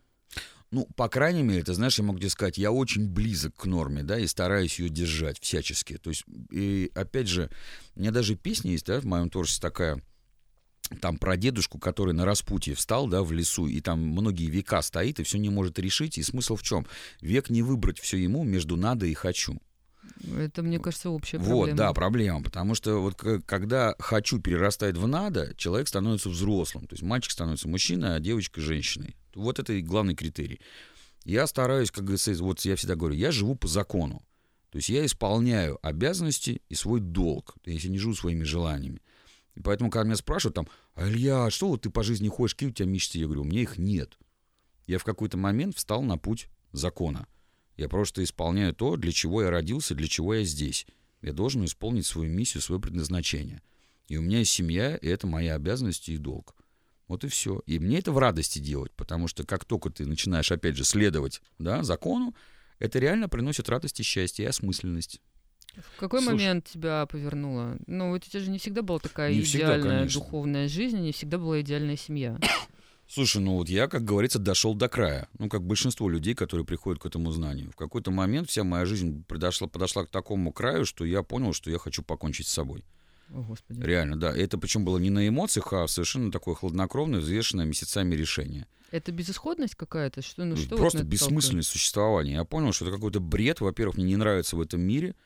Ну, по крайней мере, ты знаешь, я могу тебе сказать, я очень близок к норме, да, и стараюсь ее держать всячески. То есть, и опять же, у меня даже песня есть, да, в моем творчестве такая, там про дедушку, который на распутье встал, да, в лесу, и там многие века стоит, и все не может решить. И смысл в чем? Век не выбрать все ему между надо и хочу. Это, мне кажется, общая проблема. Вот, да, проблема. Потому что вот когда хочу перерастает в надо, человек становится взрослым. То есть мальчик становится мужчиной, а девочка — женщиной. Вот это и главный критерий. Я стараюсь, как говорится, вот я всегда говорю, я живу по закону. То есть я исполняю обязанности и свой долг. То есть я не живу своими желаниями. И поэтому, когда меня спрашивают там, Илья, что вот ты по жизни ходишь, какие у тебя мечты? Я говорю, у меня их нет. Я в какой-то момент встал на путь закона. Я просто исполняю то, для чего я родился, для чего я здесь. Я должен исполнить свою миссию, свое предназначение. И у меня есть семья, и это моя обязанность и долг. Вот и все. И мне это в радости делать, потому что как только ты начинаешь, опять же, следовать, да, закону, это реально приносит радость и счастье, и осмысленность. В какой момент тебя повернуло? Ну, вот у тебя же не всегда была такая идеальная духовная жизнь, не всегда была идеальная семья. Слушай, ну вот я, как говорится, дошел до края. Ну, как большинство людей, которые приходят к этому знанию. В какой-то момент вся моя жизнь подошла к такому краю, что я понял, что я хочу покончить с собой. О, Господи. Реально, да. Это причем было не на эмоциях, а совершенно такое хладнокровное, взвешенное месяцами решение. Это безысходность какая-то? Что, ну, что просто бессмысленность существования. Я понял, что это какой-то бред. Во-первых, мне не нравится в этом мире,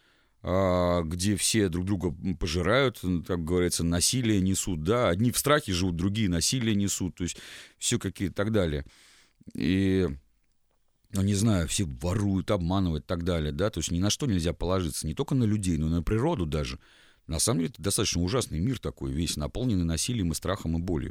где все друг друга пожирают, как говорится, насилие несут, да, одни в страхе живут, другие насилие несут, то есть все какие-то так далее. И, ну, не знаю, все воруют, обманывают и так далее, да, то есть ни на что нельзя положиться, не только на людей, но и на природу даже. На самом деле это достаточно ужасный мир такой, весь наполненный насилием и страхом и болью.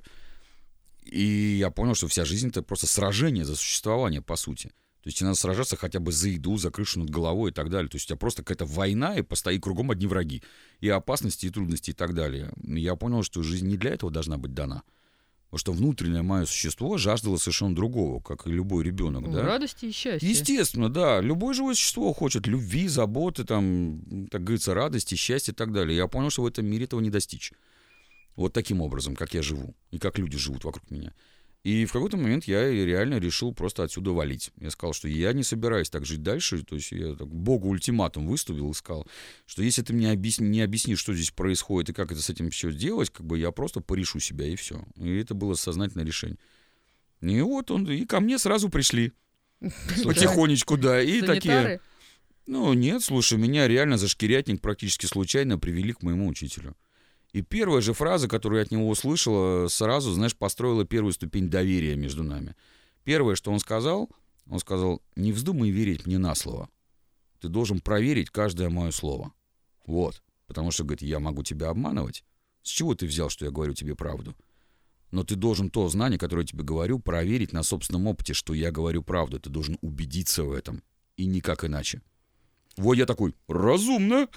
И я понял, что вся жизнь — это просто сражение за существование, по сути. То есть тебе надо сражаться хотя бы за еду, за крышу над головой и так далее. То есть у тебя просто какая-то война, и постоит кругом одни враги. И опасности, и трудности, и так далее. И я понял, что жизнь не для этого должна быть дана. Потому что внутреннее мое существо жаждало совершенно другого, как и любой ребенок. Да? Радости и счастья. Естественно, да. Любое живое существо хочет любви, заботы, там, так говорится, радости, счастья и так далее. Я понял, что в этом мире этого не достичь. Вот таким образом, как я живу. И как люди живут вокруг меня. И в какой-то момент я реально решил просто отсюда валить. Я сказал, что я не собираюсь так жить дальше. То есть я так, Богу ультиматум выставил и сказал, что если ты мне не объяснишь, что здесь происходит и как это с этим все делать, как бы я просто порешу себя, и все. И это было сознательное решение. И вот и ко мне сразу пришли. Потихонечку, да. И такие... Ну, нет, слушай, меня реально за шкирятник практически случайно привели к моему учителю. И первая же фраза, которую я от него услышал, сразу, знаешь, построила первую ступень доверия между нами. Первое, что он сказал, не вздумай верить мне на слово. Ты должен проверить каждое мое слово. Вот. Потому что, говорит, я могу тебя обманывать. С чего ты взял, что я говорю тебе правду? Но ты должен то знание, которое я тебе говорю, проверить на собственном опыте, что я говорю правду. Ты должен убедиться в этом. И никак иначе. Вот я такой, разумно.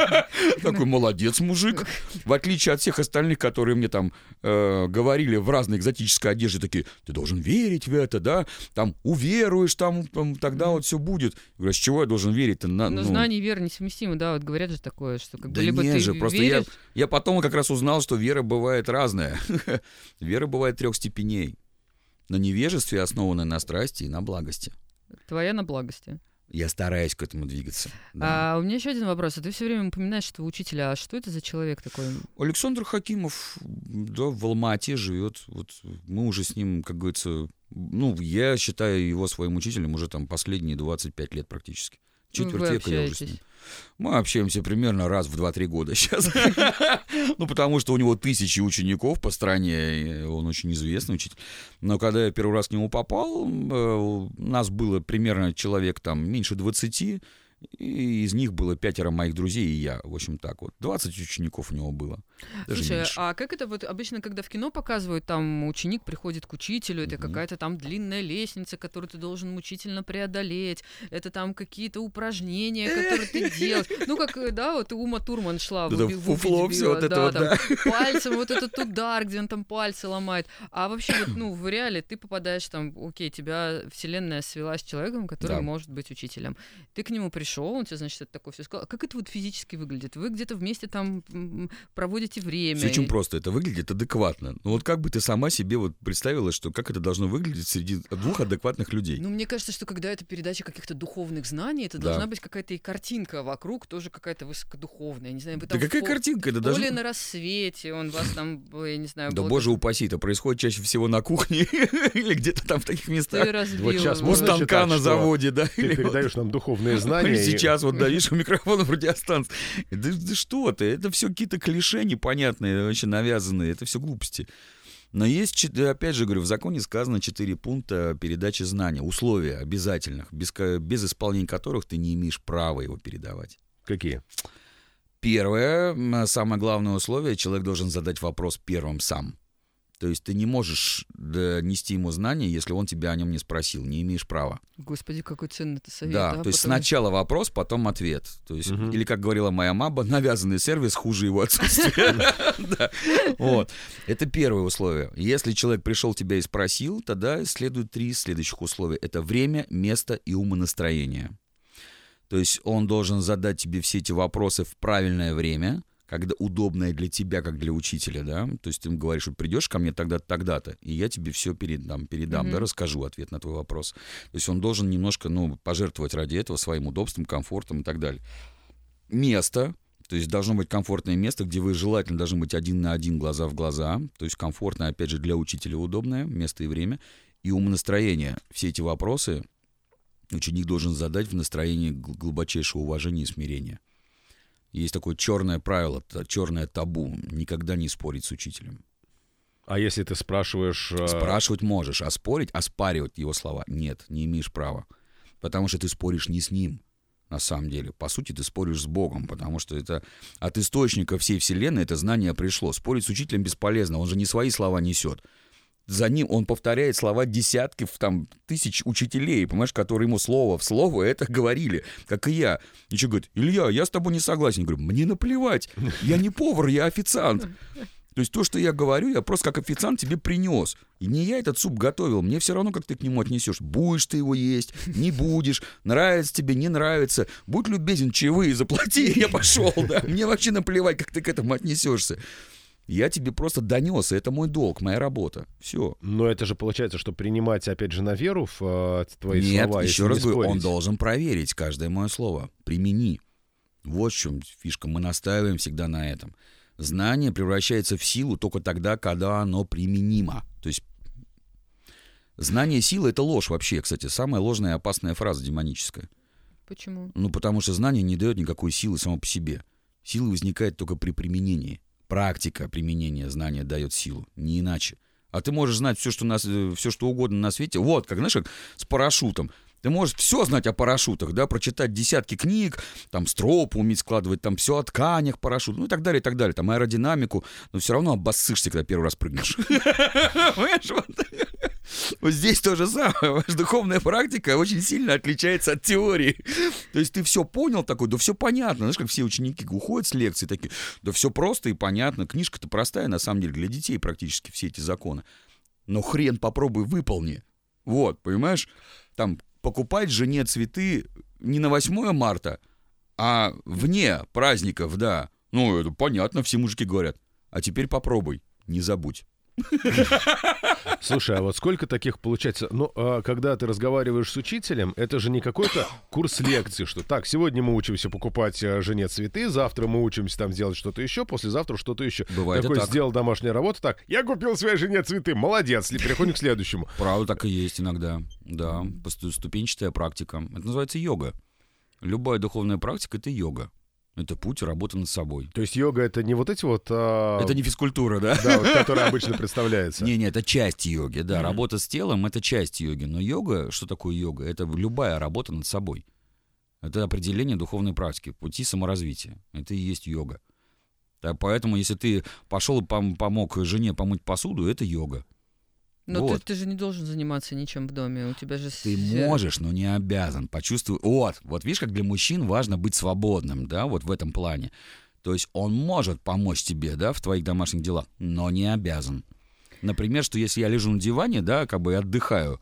Такой, молодец, мужик. В отличие от всех остальных, которые мне там говорили в разной экзотической одежде, такие, ты должен верить в это, да, там, уверуешь, там тогда вот все будет. Я говорю, с чего я должен верить-то? Но знание и вера несовместимы, да, вот говорят же такое, что как бы да либо нет ты же, просто веришь... я потом как раз узнал, что вера бывает разная. Вера бывает 3 степеней. На невежестве, основанной на страсти и на благости. Твоя на благости. Я стараюсь к этому двигаться. Да. У меня еще один вопрос. Ты все время упоминаешь этого учителя. А что это за человек такой? Александр Хакимов, да, в Алма-Ате живет. Вот мы уже с ним, как говорится, ну, я считаю его своим учителем уже там последние 25 лет практически. Четверть века я уже с ним. Мы общаемся примерно раз в 2-3 года сейчас. Ну, потому что у него тысячи учеников по стране, он очень известный учитель. Но когда я первый раз к нему попал, нас было примерно человек там меньше 20, и из них было 5 моих друзей и я. В общем, так вот. 20 учеников у него было. Даже Слушай, меньше. а как это вот обычно, когда в кино показывают, там ученик приходит к учителю, это какая-то там длинная лестница, которую ты должен мучительно преодолеть, это там какие-то упражнения, которые ты делаешь. Ну, как, да, вот Ума Турман шла в фуфло все вот это вот, да. Пальцем, вот этот удар, где он там пальцы ломает. А вообще, вот, ну, в реале ты попадаешь там, окей, тебя вселенная свела с человеком, который может быть учителем. Ты к нему пришел, он тебе, значит, это такое все сказал. А как это вот физически выглядит? Вы где-то вместе там проводите время? Все очень просто. Это выглядит адекватно. Ну вот как бы ты сама себе вот представила, что как это должно выглядеть среди 2 адекватных людей? Ну, мне кажется, что когда это передача каких-то духовных знаний, это должна быть какая-то и картинка вокруг, тоже какая-то высокодуховная. Не знаю, вы там да какая картинка? Это даже... на рассвете, он вас там, я не знаю... Да боже упаси, это происходит чаще всего на кухне или где-то там в таких местах. Вот сейчас у станка на заводе, да. Ты передаешь нам духовные знания. Сейчас вот, да, видишь, у микрофона в радиостанции. Да что ты, это все какие-то клише непонятные, вообще навязанные, это все глупости. Но есть, опять же говорю, в законе сказано 4 пункта передачи знания, условия обязательных, без исполнения которых ты не имеешь права его передавать. Какие? Первое, самое главное условие, человек должен задать вопрос первым сам. То есть ты не можешь нести ему знания, если он тебя о нем не спросил, не имеешь права. Господи, какой ценный ты совет. Да, то есть сначала вопрос, потом ответ. То есть, или, как говорила моя мама, навязанный сервис хуже его отсутствия. Это первое условие. Если человек пришел тебя и спросил, тогда следует 3 следующих условия. Это время, место и умонастроение. То есть он должен задать тебе все эти вопросы в правильное время, когда удобное для тебя, как для учителя, да, то есть ты ему говоришь, что придешь ко мне тогда-то, тогда-то, и я тебе все передам, да, расскажу ответ на твой вопрос. То есть он должен немножко, пожертвовать ради этого своим удобством, комфортом и так далее. Место, то есть должно быть комфортное место, где вы желательно должны быть 1 на 1, глаза в глаза, то есть комфортное, опять же, для учителя удобное место и время, и умонастроение. Все эти вопросы ученик должен задать в настроении глубочайшего уважения и смирения. Есть такое черное правило, черное табу. Никогда не спорить с учителем. А если ты спрашиваешь... Спрашивать можешь, а спорить, оспаривать его слова нет, не имеешь права. Потому что ты споришь не с ним, на самом деле. По сути, ты споришь с Богом, потому что это от источника всей вселенной это знание пришло. Спорить с учителем бесполезно, он же не свои слова несет. За ним он повторяет слова десятки, тысяч учителей, понимаешь, которые ему слово в слово это говорили, как и я. И что говорит, Илья, я с тобой не согласен. Я говорю, мне наплевать, я не повар, я официант. То есть то, что я говорю, я просто как официант тебе принес. И не я этот суп готовил, мне все равно, как ты к нему отнесешь. Будешь ты его есть, не будешь, нравится тебе, не нравится. Будь любезен, чаевые заплати, я пошел, да. Мне вообще наплевать, как ты к этому отнесешься. Я тебе просто донес, и это мой долг, моя работа. Все. Но это же получается, что принимать, опять же, на веру в твои слова. Нет, еще раз говорю, он должен проверить каждое мое слово. Примени. Вот в чем фишка. Мы настаиваем всегда на этом. Знание превращается в силу только тогда, когда оно применимо. То есть знание силы — это ложь вообще, кстати. Самая ложная и опасная фраза демоническая. Почему? Потому что знание не дает никакой силы само по себе. Сила возникает только при применении. Практика применения знания дает силу, не иначе. А ты можешь знать все, что угодно на свете. Вот, как, знаешь, как с парашютом. Ты можешь все знать о парашютах, да, прочитать десятки книг, там, стропы уметь складывать, там, все о тканях парашют, ну и так далее, там, аэродинамику, но все равно обоссышься, когда первый раз прыгнешь. Понимаешь, вот здесь то же самое. Духовная практика очень сильно отличается от теории. То есть ты все понял такой, да все понятно. Знаешь, как все ученики уходят с лекции такие, да все просто и понятно. Книжка-то простая, на самом деле, для детей практически все эти законы. Но хрен попробуй выполни. Вот, понимаешь? Там покупать жене цветы не на 8 марта, а вне праздников, да. Ну, это понятно, все мужики говорят. А теперь попробуй, не забудь. Слушай, а вот сколько таких получается? Ну, когда ты разговариваешь с учителем, это же не какой-то курс лекций, что так, сегодня мы учимся покупать жене цветы, завтра мы учимся там делать что-то еще, послезавтра что-то еще. Бывает такой и так. Сделал домашнюю работу, так, я купил своей жене цветы, молодец, переходим к следующему. Правда, так и есть иногда, да, ступенчатая практика. Это называется йога. Любая духовная практика — это йога. Это путь работы над собой. То есть йога — это не вот эти вот... Это не физкультура, да? Да, вот, которая обычно представляется. Не, это часть йоги, да. Работа с телом — это часть йоги. Но йога, что такое йога? Это любая работа над собой. Это определение духовной практики, пути саморазвития. Это и есть йога. Да, поэтому, если ты пошел и помог жене помыть посуду, это йога. Но вот. ты же не должен заниматься ничем в доме, у тебя же... Ты можешь, но не обязан. Почувствуй. Вот видишь, как для мужчин важно быть свободным, да, вот в этом плане. То есть он может помочь тебе, да, в твоих домашних делах, но не обязан. Например, что если я лежу на диване, да, как бы отдыхаю,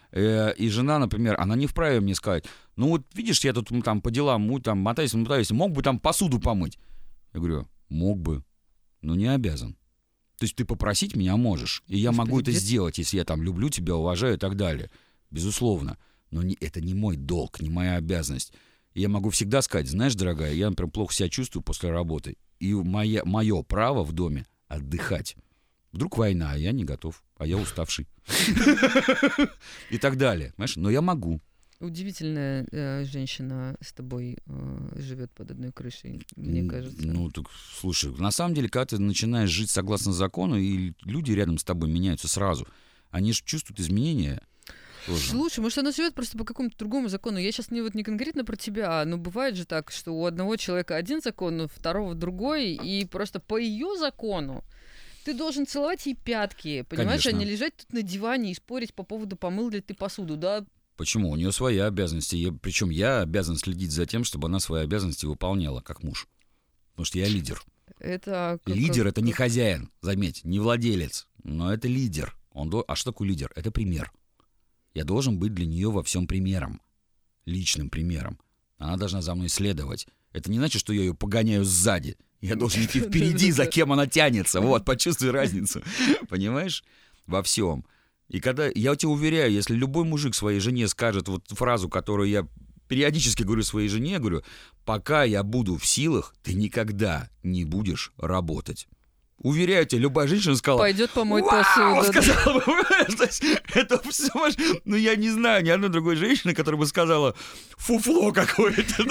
и жена, например, она не вправе мне сказать, ну вот видишь, я тут там по делам там мотаюсь, мог бы там посуду помыть. Я говорю, мог бы, но не обязан. То есть ты попросить меня можешь, и я могу это сделать, если я там люблю тебя, уважаю и так далее. Безусловно. Но это не мой долг, не моя обязанность. И я могу всегда сказать, знаешь, дорогая, я, например, плохо себя чувствую после работы, и мое право в доме отдыхать. Вдруг война, а я не готов, а я уставший. И так далее. Понимаешь? Но я могу. Удивительная женщина с тобой живет под одной крышей, мне кажется. Ну, так, слушай, на самом деле, когда ты начинаешь жить согласно закону, и люди рядом с тобой меняются сразу, они же чувствуют изменения тоже. Слушай, может, она живет просто по какому-то другому закону. Я сейчас не конкретно про тебя, но бывает же так, что у одного человека один закон, у второго другой, и просто по ее закону ты должен целовать ей пятки, понимаешь, Конечно. а не лежать тут на диване и спорить по поводу, помыл ли ты посуду, да? Почему? У нее свои обязанности. Причем я обязан следить за тем, чтобы она свои обязанности выполняла, как муж. Потому что я лидер. Лидер — это не хозяин, заметь, не владелец, но это лидер. А что такое лидер? Это пример. Я должен быть для нее во всем примером. Личным примером. Она должна за мной следовать. Это не значит, что я ее погоняю сзади. Я должен идти впереди, за кем она тянется. Вот, почувствуй разницу. Понимаешь? Во всем. И когда, я тебя уверяю, если любой мужик своей жене скажет вот фразу, которую я периодически говорю своей жене, я говорю, пока я буду в силах, ты никогда не будешь работать. Уверяю тебя, любая женщина сказала... Пойдет помыть посуду. Сказала бы, это все... Ну, я не знаю ни одной другой женщины, которая бы сказала, фуфло какое-то.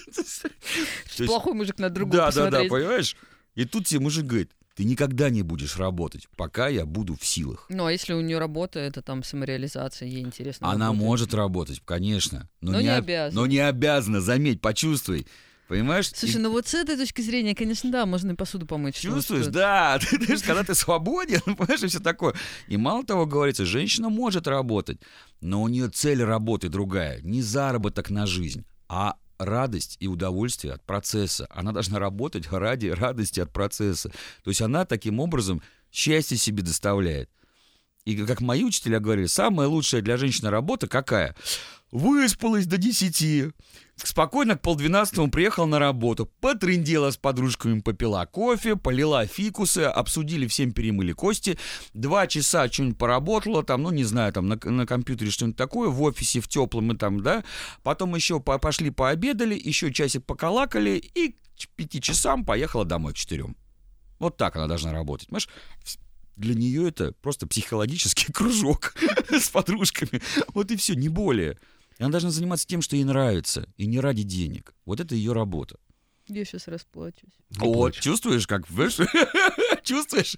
Плохой мужик на другую посмотреть. Да, понимаешь? И тут тебе мужик говорит, ты никогда не будешь работать, пока я буду в силах. Ну, а если у нее работа, это там самореализация, ей интересно. Она может работать, конечно. Но не обязана. Но не обязана, заметь, почувствуй. Понимаешь? Слушай, ну вот с этой точки зрения, конечно, да, можно и посуду помыть. Чувствуешь, да. Ты знаешь, когда ты свободен, понимаешь, и все такое. И мало того, говорится, женщина может работать, но у нее цель работы другая. Не заработок на жизнь, а радость и удовольствие от процесса. Она должна работать ради радости от процесса. То есть она таким образом счастье себе доставляет. И как мои учителя говорили, самая лучшая для женщины работа какая? Выспалась до 10, спокойно к 11:30 приехала на работу, потрындела с подружками, попила кофе, полила фикусы, обсудили, всем перемыли кости, 2 часа что-нибудь поработала, там, ну, не знаю, там, на компьютере что-нибудь такое, в офисе, в теплом и там, да, потом еще пошли пообедали, еще часик покалакали и к 5 часам поехала домой, к 4. Вот так она должна работать, понимаешь? Для нее это просто психологический кружок с подружками, вот и все, не более. И она должна заниматься тем, что ей нравится, и не ради денег. Вот это ее работа. Я сейчас расплачусь. Вот, чувствуешь, как, Чувствуешь?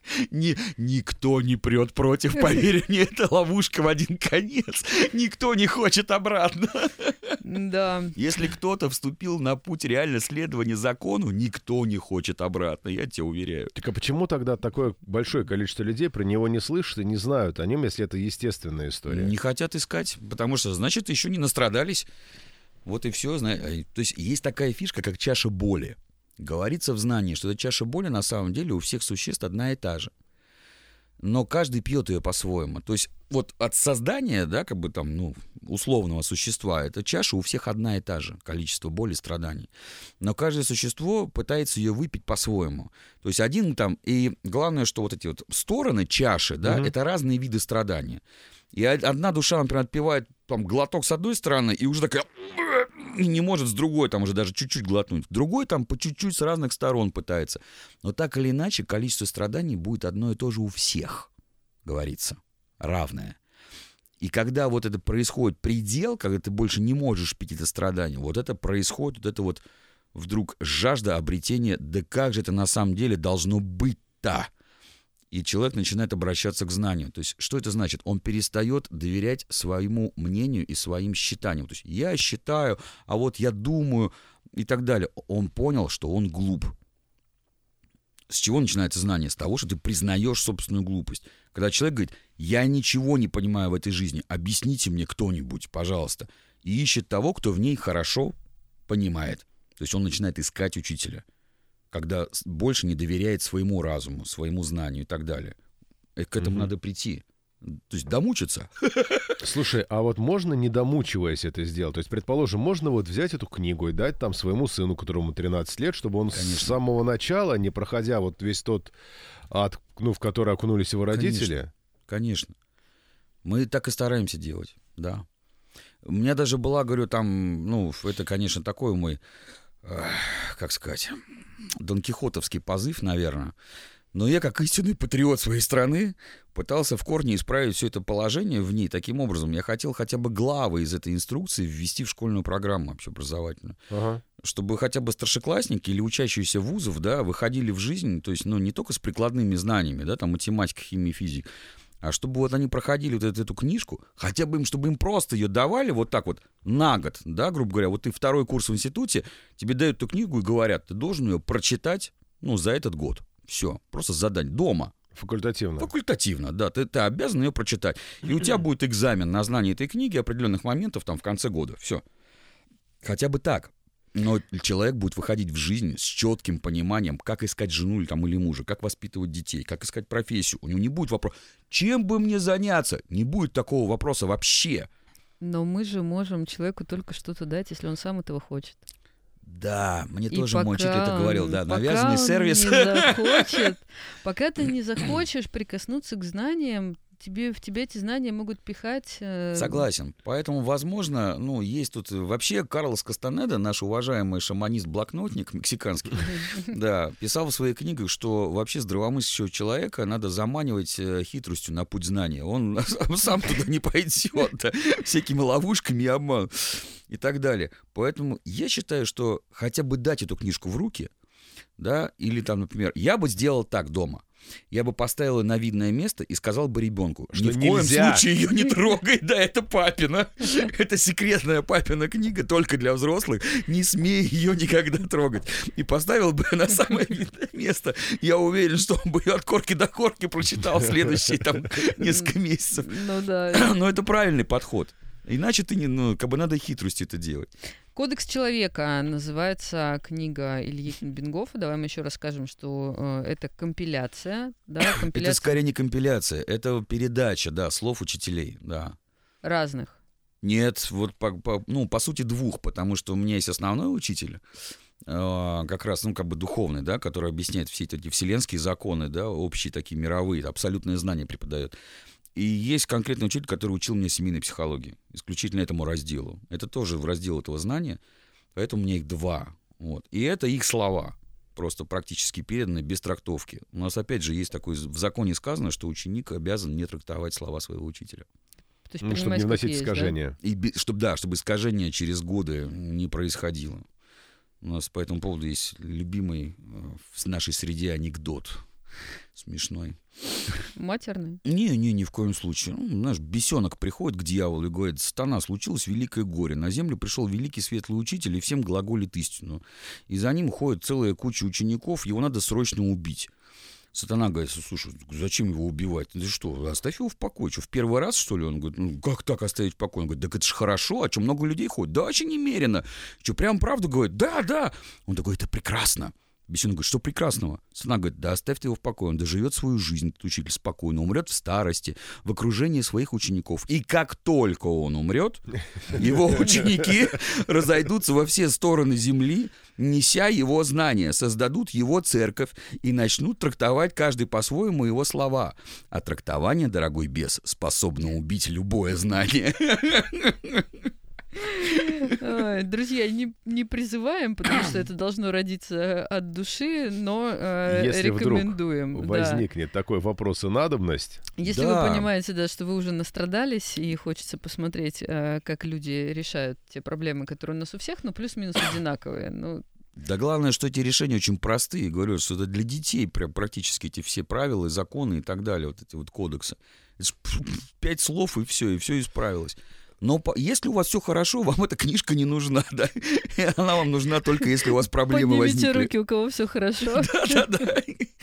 Никто не прет против, поверь мне, это ловушка в один конец. Никто не хочет обратно. Да. Если кто-то вступил на путь реально следования закону, никто не хочет обратно, я тебе уверяю. Так а почему тогда такое большое количество людей про него не слышат и не знают о нем, если это естественная история? Не хотят искать, потому что, значит, еще не настрадались. Вот и все. То есть есть такая фишка, как чаша боли. Говорится в знании, что эта чаша боли на самом деле у всех существ одна и та же. Но каждый пьет ее по-своему. То есть вот от создания, да, как бы там, ну, условного существа, эта чаша у всех одна и та же, количество боли, страданий. Но каждое существо пытается ее выпить по-своему. То есть один там, и главное, что вот эти вот стороны чаши, да, это разные виды страдания. И одна душа, например, отпивает там глоток с одной стороны, и уже такая... И не может с другой там уже даже чуть-чуть глотнуть. Другой там по чуть-чуть с разных сторон пытается. Но так или иначе количество страданий будет одно и то же у всех, говорится, равное. И когда вот это происходит предел, когда ты больше не можешь пить это страдание, вот это происходит, вот это вот вдруг жажда обретения, да как же это на самом деле должно быть-то? И человек начинает обращаться к знанию. То есть, что это значит? Он перестает доверять своему мнению и своим считаниям. То есть, я считаю, а вот я думаю и так далее. Он понял, что он глуп. С чего начинается знание? С того, что ты признаешь собственную глупость. Когда человек говорит, я ничего не понимаю в этой жизни, объясните мне кто-нибудь, пожалуйста. И ищет того, кто в ней хорошо понимает. То есть, он начинает искать учителя. Когда больше не доверяет своему разуму, своему знанию и так далее. И к этому надо прийти. То есть домучиться. Слушай, а вот можно, не домучиваясь, это сделать? То есть, предположим, можно вот взять эту книгу и дать там своему сыну, которому 13 лет, чтобы он с самого начала, не проходя вот весь тот ад, ну, в который окунулись его родители... Конечно. Мы так и стараемся делать, да. У меня даже была, говорю, там, ну, это, конечно, такой мой, как сказать... донкихотовский позыв, наверное. Но я, как истинный патриот своей страны, пытался в корне исправить все это положение в ней. Таким образом, я хотел хотя бы главы из этой инструкции ввести в школьную программу общеобразовательную. Чтобы хотя бы старшеклассники или учащиеся вузов, да, выходили в жизнь, то есть, ну, не только с прикладными знаниями, да, там, математика, химия, физика, а чтобы вот они проходили вот эту книжку, хотя бы им, чтобы им просто ее давали вот так вот на год, да, грубо говоря, вот ты второй курс в институте, тебе дают эту книгу и говорят, ты должен ее прочитать, ну, за этот год. Все, просто задание дома. Факультативно. Факультативно, да, ты обязан ее прочитать. И у тебя будет экзамен на знание этой книги определенных моментов там в конце года. Все. Хотя бы так. Но человек будет выходить в жизнь с четким пониманием, как искать жену или мужа, как воспитывать детей, как искать профессию. У него не будет вопроса, чем бы мне заняться? Не будет такого вопроса вообще. Но мы же можем человеку только что-то дать, если он сам этого хочет. Да, мне И тоже мой учитель это говорил, да, навязанный сервис. Пока ты не захочешь прикоснуться к знаниям, в тебя эти знания могут пихать... Согласен. Поэтому, возможно, ну, есть тут... Вообще, Карлос Кастанеда, наш уважаемый шаманист-блокнотник мексиканский, да, писал в своих книгах, что вообще здравомыслящего человека надо заманивать хитростью на путь знания. Он сам туда не пойдет, да, всякими ловушками и обманом и так далее. Поэтому я считаю, что хотя бы дать эту книжку в руки, да, или там, например, я бы сделал так дома. Я бы поставил ее на видное место и сказал бы ребенку, что ни в коем случае ее не трогай, да, это папина. Это секретная папина книга, только для взрослых. Не смей ее никогда трогать. И поставил бы на самое видное место. Я уверен, что он бы ее от корки до корки прочитал следующие там несколько месяцев. Ну да. Но это правильный подход. Иначе ты не, ну, как бы надо хитростью это делать. «Кодекс человека» называется книга Ильи Бенгофа. Давай мы еще расскажем, что это компиляция. Да, Это скорее не компиляция, это передача, да, слов учителей, да. Разных. Нет, вот по сути двух, потому что у меня есть основной учитель, как раз, ну, как бы духовный, да, который объясняет все эти вселенские законы, да, общие такие мировые, абсолютные знания преподает. И есть конкретный учитель, который учил меня семейной психологии, исключительно этому разделу. Это тоже в раздел этого знания, поэтому у меня их два. Вот. И это их слова, просто практически переданы без трактовки. У нас опять же есть такое, в законе сказано, что ученик обязан не трактовать слова своего учителя. То есть, ну, чтобы не вносить искажения. Да? И чтобы искажения через годы не происходило. У нас по этому поводу есть любимый в нашей среде анекдот. Смешной. Матерный? Не, ни в коем случае. Знаешь, бесенок приходит к дьяволу и говорит: «Сатана, случилось великое горе. На землю пришел великий светлый учитель и всем глаголит истину. И за ним ходит целая куча учеников, его надо срочно убить». Сатана говорит: «Слушай, зачем его убивать? Ты что, оставь его в покое. Что, в первый раз, что ли?» Он говорит: «Как так оставить в покое?» Он говорит: «Так это ж хорошо, а что, много людей ходит?» «Да, очень немерено». «Что, прям правду говорит?» «Да». Он такой: «Это прекрасно». Бесенок говорит: «Что прекрасного?» Сатана говорит: «Да оставьте его в покое, он доживет свою жизнь, этот учитель, спокойно, умрет в старости, в окружении своих учеников. И как только он умрет, его ученики разойдутся во все стороны земли, неся его знания, создадут его церковь и начнут трактовать каждый по-своему его слова. А трактование, дорогой бес, способно убить любое знание». Друзья, не призываем, потому что это должно родиться от души, но рекомендуем. Если вдруг возникнет такой вопрос и надобность. Если вы понимаете, да, что вы уже настрадались и хочется посмотреть, как люди решают те проблемы, которые у нас у всех, но плюс-минус одинаковые. Да главное, что эти решения очень простые. Говорю, что это для детей прям практически эти все правила, законы и так далее, вот эти вот кодексы. Это 5 слов, и все исправилось. Но если у вас все хорошо, вам эта книжка не нужна, да? Она вам нужна только если у вас проблемы возникли. Поднимите руки, у кого все хорошо. Да.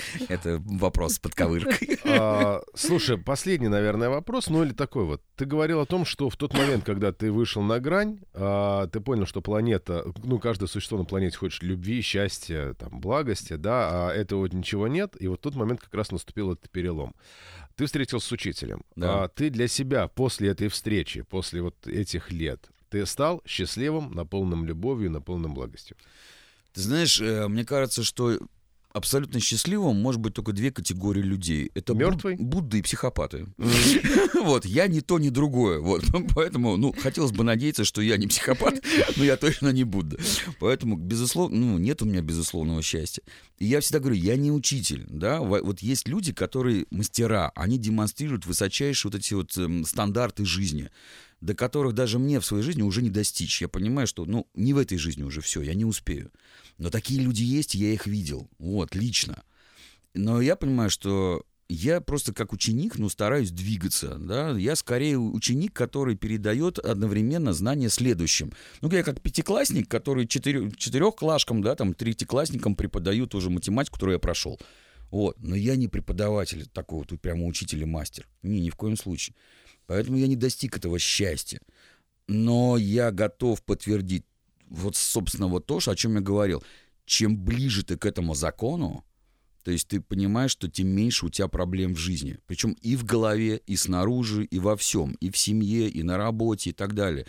Это вопрос с подковыркой. Слушай, последний, наверное, вопрос, или такой вот. Ты говорил о том, что в тот момент, когда ты вышел на грань, ты понял, что планета, каждое существо на планете хочет любви, счастья, там, благости, да, а этого вот ничего нет, и вот в тот момент как раз наступил этот перелом. Ты встретился с учителем. Да. Ты для себя после этой встречи, после вот этих лет, ты стал счастливым, наполненным любовью, наполненным благостью? Ты знаешь, мне кажется, что абсолютно счастливым может быть только 2 категории людей. Это мертвый? Будды и психопаты. Вот, я ни то, ни другое. Вот, поэтому, хотелось бы надеяться, что я не психопат, но я точно не Будда. Поэтому, безусловно, нет у меня безусловного счастья. И я всегда говорю, я не учитель, да. Вот есть люди, которые мастера, они демонстрируют высочайшие вот эти вот стандарты жизни, до которых даже мне в своей жизни уже не достичь. Я понимаю, что, не в этой жизни уже все, я не успею. Но такие люди есть, я их видел, лично. Но я понимаю, что я просто как ученик, стараюсь двигаться, да. Я скорее ученик, который передает одновременно знания следующим. Я как 5-классник, который 4-клашкам, да, там, 3-классникам преподаю тоже математику, которую я прошел. Но я не преподаватель такой вот прямо учитель и мастер. Ни в коем случае. Поэтому я не достиг этого счастья. Но я готов подтвердить собственно, то, о чем я говорил. Чем ближе ты к этому закону, то есть ты понимаешь, что тем меньше у тебя проблем в жизни. Причем и в голове, и снаружи, и во всем. И в семье, и на работе, и так далее.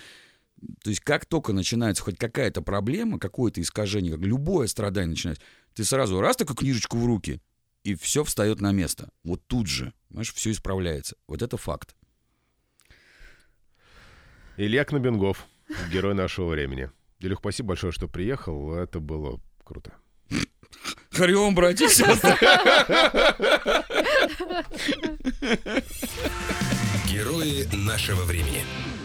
То есть как только начинается хоть какая-то проблема, какое-то искажение, как любое страдание начинается, ты сразу раз такую книжечку в руки, и все встает на место. Вот тут же, понимаешь, все исправляется. Вот это факт. Илья Кнобенгов, герой нашего времени. Илюх, спасибо большое, что приехал. Это было круто. Харьом, братья и сестры. Герои нашего времени.